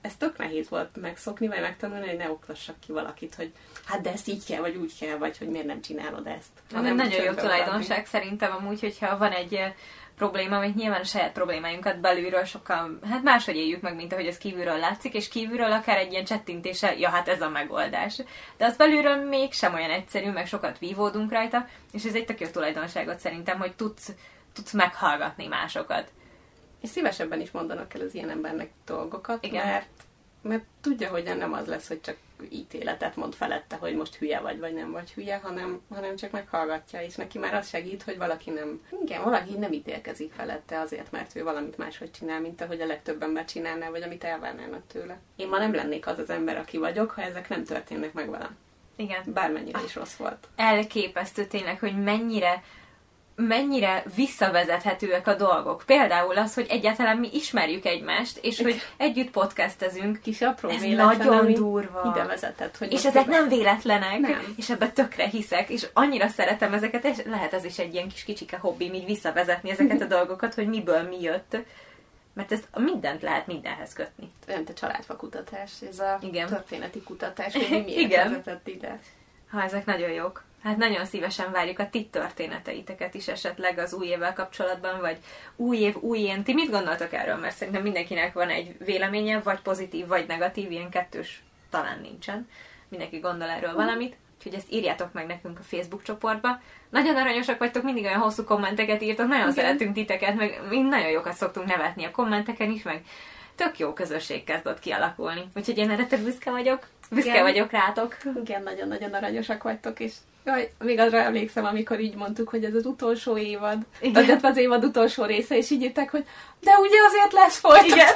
B: ez tök nehéz volt megszokni, vagy megtanulni, hogy ne oktassak ki valakit, hogy hát de ezt így kell, vagy úgy kell, vagy hogy miért nem csinálod ezt.
A: Nem nagyon jó tulajdonság szerintem amúgy, hogyha van egy probléma, amit nyilván a saját problémáinkat belülről sokkal, hát máshogy éljük meg, mint ahogy ez kívülről látszik, és kívülről akár egy ilyen csettintéssel, ja, hát ez a megoldás. De az belülről mégsem olyan egyszerű, meg sokat vívódunk rajta, és ez egy tök jó tulajdonságot szerintem, hogy tudsz, tudsz meghallgatni másokat.
B: És szívesebben is mondanak el az ilyen embernek dolgokat,
A: igen.
B: mert, mert tudja, hogy nem az lesz, hogy csak ítéletet mond felette, hogy most hülye vagy, vagy nem vagy hülye, hanem, hanem csak meghallgatja, és neki már az segít, hogy valaki nem, igen, valaki nem ítélkezik felette azért, mert ő valamit máshogy csinál, mint ahogy a legtöbb ember csinálná, vagy amit elvárnának tőle. Én ma nem lennék az az ember, aki vagyok, ha ezek nem történnek meg velem.
A: Igen.
B: Bármennyire is rossz volt.
A: Elképesztő tényleg, hogy mennyire mennyire visszavezethetőek a dolgok. Például az, hogy egyáltalán mi ismerjük egymást, és hogy együtt podcastezünk.
B: Kis apró
A: ez
B: véletlen,
A: nagyon durva.
B: Ide vezetett, hogy
A: és ezek nem véletlenek,
B: nem.
A: És ebben tökre hiszek, és annyira szeretem ezeket, és lehet ez is egy ilyen kis kicsike hobbim, így visszavezetni ezeket a dolgokat, hogy miből mi jött. Mert ezt mindent lehet mindenhez kötni.
B: Olyan, te családfakutatás, ez a
A: igen.
B: történeti kutatás, hogy mi miért igen. vezetett ide.
A: Ha, ezek nagyon jók. Hát nagyon szívesen várjuk a ti történeteiteket is esetleg az új évvel kapcsolatban, vagy új év, új én. Ti mit gondoltok erről? Mert szerintem mindenkinek van egy véleménye, vagy pozitív, vagy negatív, ilyen kettős talán nincsen. Mindenki gondol erről valamit. Úgyhogy ezt írjátok meg nekünk a Facebook csoportba. Nagyon aranyosak vagytok, mindig olyan hosszú kommenteket írtok, nagyon igen. szeretünk titeket, meg mi nagyon jókat szoktunk nevetni a kommenteken is, meg tök jó közösség kezdett kialakulni. Úgyhogy én erre tök büszke vagyok. Büszke igen. vagyok rátok.
B: Igen, nagyon-nagyon aranyosak vagytok, és jaj, még azra emlékszem, amikor így mondtuk, hogy ez az utolsó évad, vagy az évad utolsó része, és így írták, hogy de ugye azért lesz folytatás.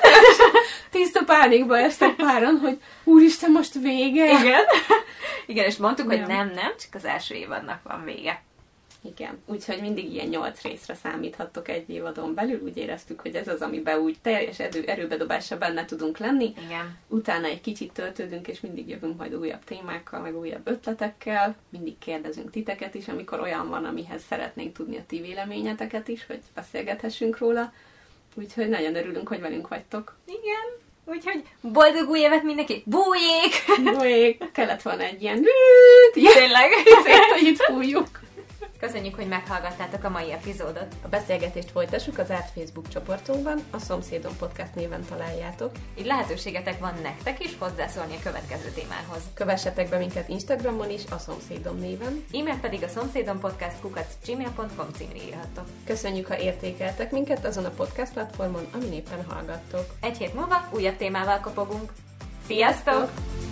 B: Tiszta pánikba estek páran, hogy úristen, most vége.
A: Igen. Igen, és mondtuk, nem. hogy nem, nem, csak az első évadnak van vége.
B: Igen, úgyhogy mindig ilyen nyolc részre számíthattok egy évadon belül, úgy éreztük, hogy ez az, amiben úgy teljes erő, erőbedobásra benne tudunk lenni.
A: Igen.
B: Utána egy kicsit töltődünk, és mindig jövünk majd újabb témákkal, meg újabb ötletekkel. Mindig kérdezünk titeket is, amikor olyan van, amihez szeretnénk tudni a ti véleményeteket is, hogy beszélgethessünk róla. Úgyhogy nagyon örülünk, hogy velünk vagytok.
A: Igen. Úgyhogy boldog új évet mindenki! Bújék!
B: Bújék! Kellett volna egy ilyen...
A: Tényleg?
B: Ezért, hogy itt fújjuk.
A: Köszönjük, hogy meghallgattátok a mai epizódot.
B: A beszélgetést folytassuk az árt Facebook csoportunkban, a Szomszédom Podcast néven találjátok.
A: Így lehetőségetek van nektek is hozzászólni a következő témához.
B: Kövessetek be minket Instagramon is, a Szomszédom néven.
A: E-mail pedig a szomszédompodcast kukac gmail pont com címre írhattok.
B: Köszönjük, ha értékeltek minket azon a podcast platformon, amin éppen hallgattok.
A: Egy hét múlva újabb témával kopogunk. Sziasztok!